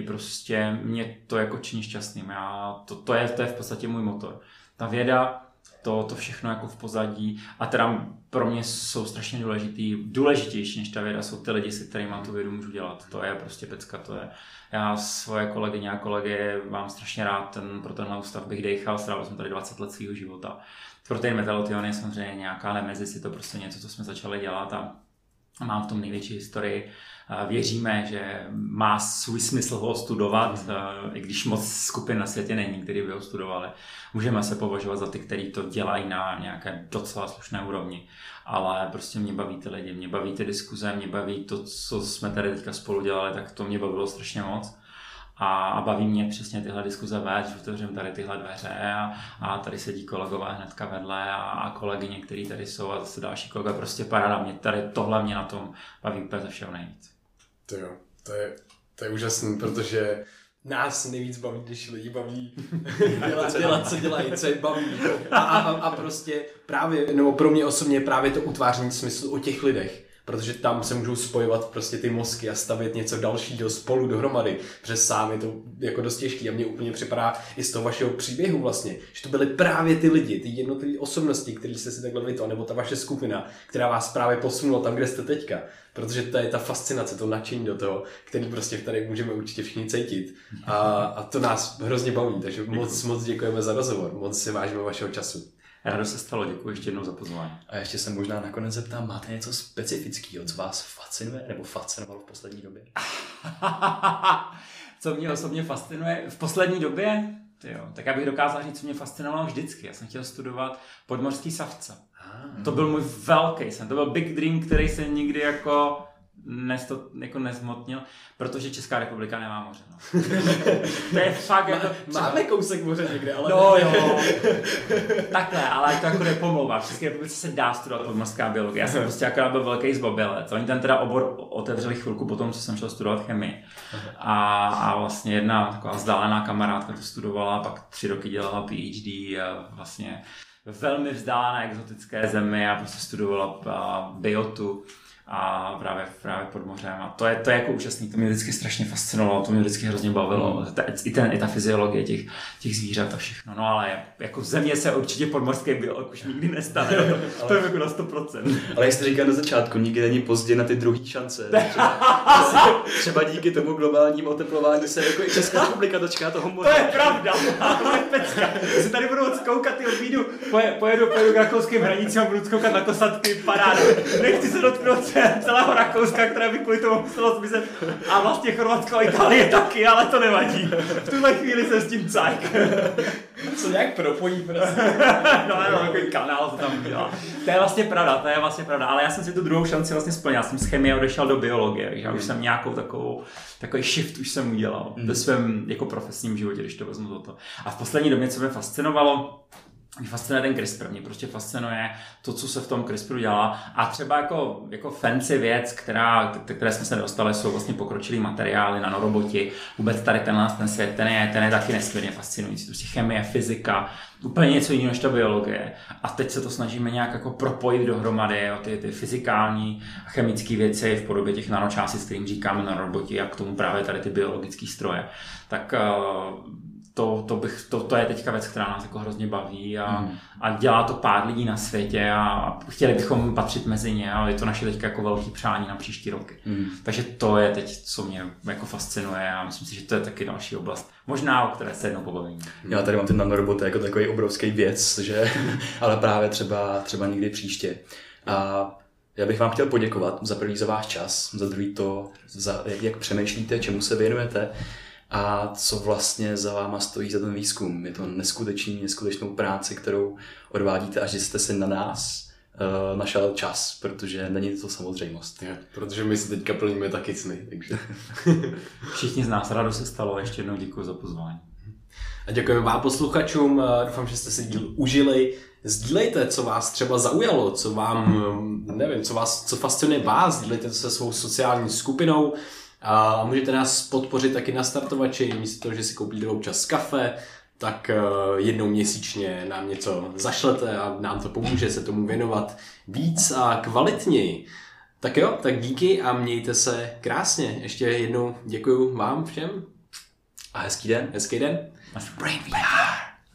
Mě to jako činí šťastným. To je v podstatě můj motor. Ta věda, to všechno jako v pozadí, a teda pro mě jsou strašně důležitější než ta věda, jsou ty lidi, se kterými tu vědu můžu dělat. To je prostě pecka, já svoje kolegyně a kolegy mám strašně rád, pro tenhle ústav bych dejchal, strávil jsem tady 20 let svého života. Protein metylotion je samozřejmě nějaká nemezis, je to prostě něco, co jsme začali dělat a mám v tom největší historii. Věříme, že má svůj smysl ho studovat, i když moc skupin na světě není, který by ho studovali. Můžeme se považovat za ty, kteří to dělají na nějaké docela slušné úrovni, ale prostě mě baví ty lidi, mě baví ty diskuze, mě baví to, co jsme tady teďka spolu dělali, tak to mě bavilo strašně moc. A baví mě přesně tyhle diskuze vést, že otevřím tady tyhle dveře a tady sedí kolegové hnedka vedle a kolegyně, který tady jsou, a zase další kolega, prostě paráda. Tohle mě na tom baví úplně ze všeho nejvíc. To je úžasný, protože nás nejvíc baví, když lidi baví dělat, co dělají, co je baví. A prostě právě, nebo pro mě osobně právě to utváření smyslu o těch lidech. Protože tam se můžou spojovat prostě ty mozky a stavět něco dalšího spolu dohromady. Protože sám je to jako dost těžký a mně úplně připadá i z toho vašeho příběhu vlastně, že to byly právě ty lidi, ty jednotlivé osobnosti, které jste si takhle vytvořili, nebo ta vaše skupina, která vás právě posunula tam, kde jste teďka. Protože to je ta fascinace, to nadšení do toho, který prostě tady můžeme určitě všichni cítit. A to nás hrozně baví, takže moc děkujeme za rozhovor, moc si vážíme vašeho času. Rádo se stalo, děkuji ještě jednou za pozvání. A ještě se možná nakonec zeptám, máte něco specifického, co vás fascinuje nebo fascinovalo v poslední době? Co mě osobně fascinuje v poslední době, tak já bych dokázal říct, co mě fascinovalo vždycky. Já jsem chtěl studovat podmořský savce. To byl můj velký sen, to byl big dream, který se nikdy jako nezmotnil, protože Česká republika nemá moře. No. To je fakt jako... Máme kousek moře někde, ale... No jo. Takhle, ale to jako nepomlouvá. V České republice se dá studovat podmořská biologie. Já jsem prostě akorát byl velký zbabělec. Oni ten teda obor otevřeli chvilku potom, co jsem šel studovat chemii. A vlastně jedna taková vzdálená kamarádka to studovala, pak 3 roky dělala PhD a vlastně ve velmi vzdálené exotické zemi a prostě studovala biotu a právě pod mořem. A to je jako úžasný, to mě vždycky strašně fascinovalo, to mě vždycky hrozně bavilo. I ta fyziologie těch zvířat a všechno. No ale jako v země se určitě podmořský biolog už nikdy nestane. To je jako na 100%. Ale jak jste říkal na začátku, nikdy není pozdě na ty druhý šance. Třeba díky tomu globálnímu oteplování se jako i Česká republika dočká toho moře. To je pravda. To je pecka. Když se tady budou zkoukat ty odvídu, pojedu k rakouským hranicím a budu zkoukat na kosatky, paráda. Nechci se dotknout celého Rakouska, které by kvůli tomu muselo zmizet. A vlastně Chorvatsko a Itálie taky, ale to nevadí. V tuhle chvíli jsem s tím cajk. Co nějak propojí prostě. No, takový kanál se tam dělá. To je vlastně pravda, ale já jsem si tu druhou šanci vlastně splnil. Já jsem z chemie odešel do biologie, takže já už jsem nějakou takový shift už jsem udělal ve svém jako profesním životě, když to vezmu toto. A v poslední době, co mě fascinovalo, mě fascinuje ten CRISPR, mě prostě fascinuje to, co se v tom CRISPRu dělá a třeba jako fancy věc, které jsme se dostali, jsou vlastně pokročilý materiály, nanoroboti, vůbec tady ten svět, ten je taky nesmírně fascinující, prostě chemie, fyzika, úplně něco jiného než ta biologie a teď se to snažíme nějak jako propojit dohromady, ty fyzikální a chemické věci v podobě těch nanočástic, kterým říkáme nanoroboti a k tomu právě tady ty biologické stroje, tak to je teďka věc, která nás jako hrozně baví a dělá to pár lidí na světě a chtěli bychom patřit mezi ně a je to naše teďka jako velký přání na příští roky. Takže to je teď, co mě jako fascinuje a myslím si, že to je taky další oblast, možná o které se jednou pobavíme. Já tady mám ten nanorobot jako takový obrovský věc, že ale právě třeba někdy příště. A já bych vám chtěl poděkovat za první za váš čas, za druhý to, jak přemýšlíte, čemu se věnujete. A co vlastně za váma stojí za ten výzkum. Je to neskutečnou práci, kterou odvádíte, až jste si na nás našel čas, protože není to samozřejmost. Protože my si teďka plníme taky sny. Takže. Všichni z nás, rádo se stalo, ještě jednou děkuji za pozvání. A děkujeme vám posluchačům, doufám, že jste si díl užili. Sdílejte, co vás třeba zaujalo, co vám, nevím, co fascinuje vás, sdílejte to se svou sociální skupinou. A můžete nás podpořit taky na Startovači, místo toho, že si koupíte občas kafe, tak jednou měsíčně nám něco zašlete a nám to pomůže se tomu věnovat víc a kvalitněji. Tak jo, tak díky a mějte se krásně. Ještě jednou děkuju vám všem. A hezký den. Hezký den. Brain VR.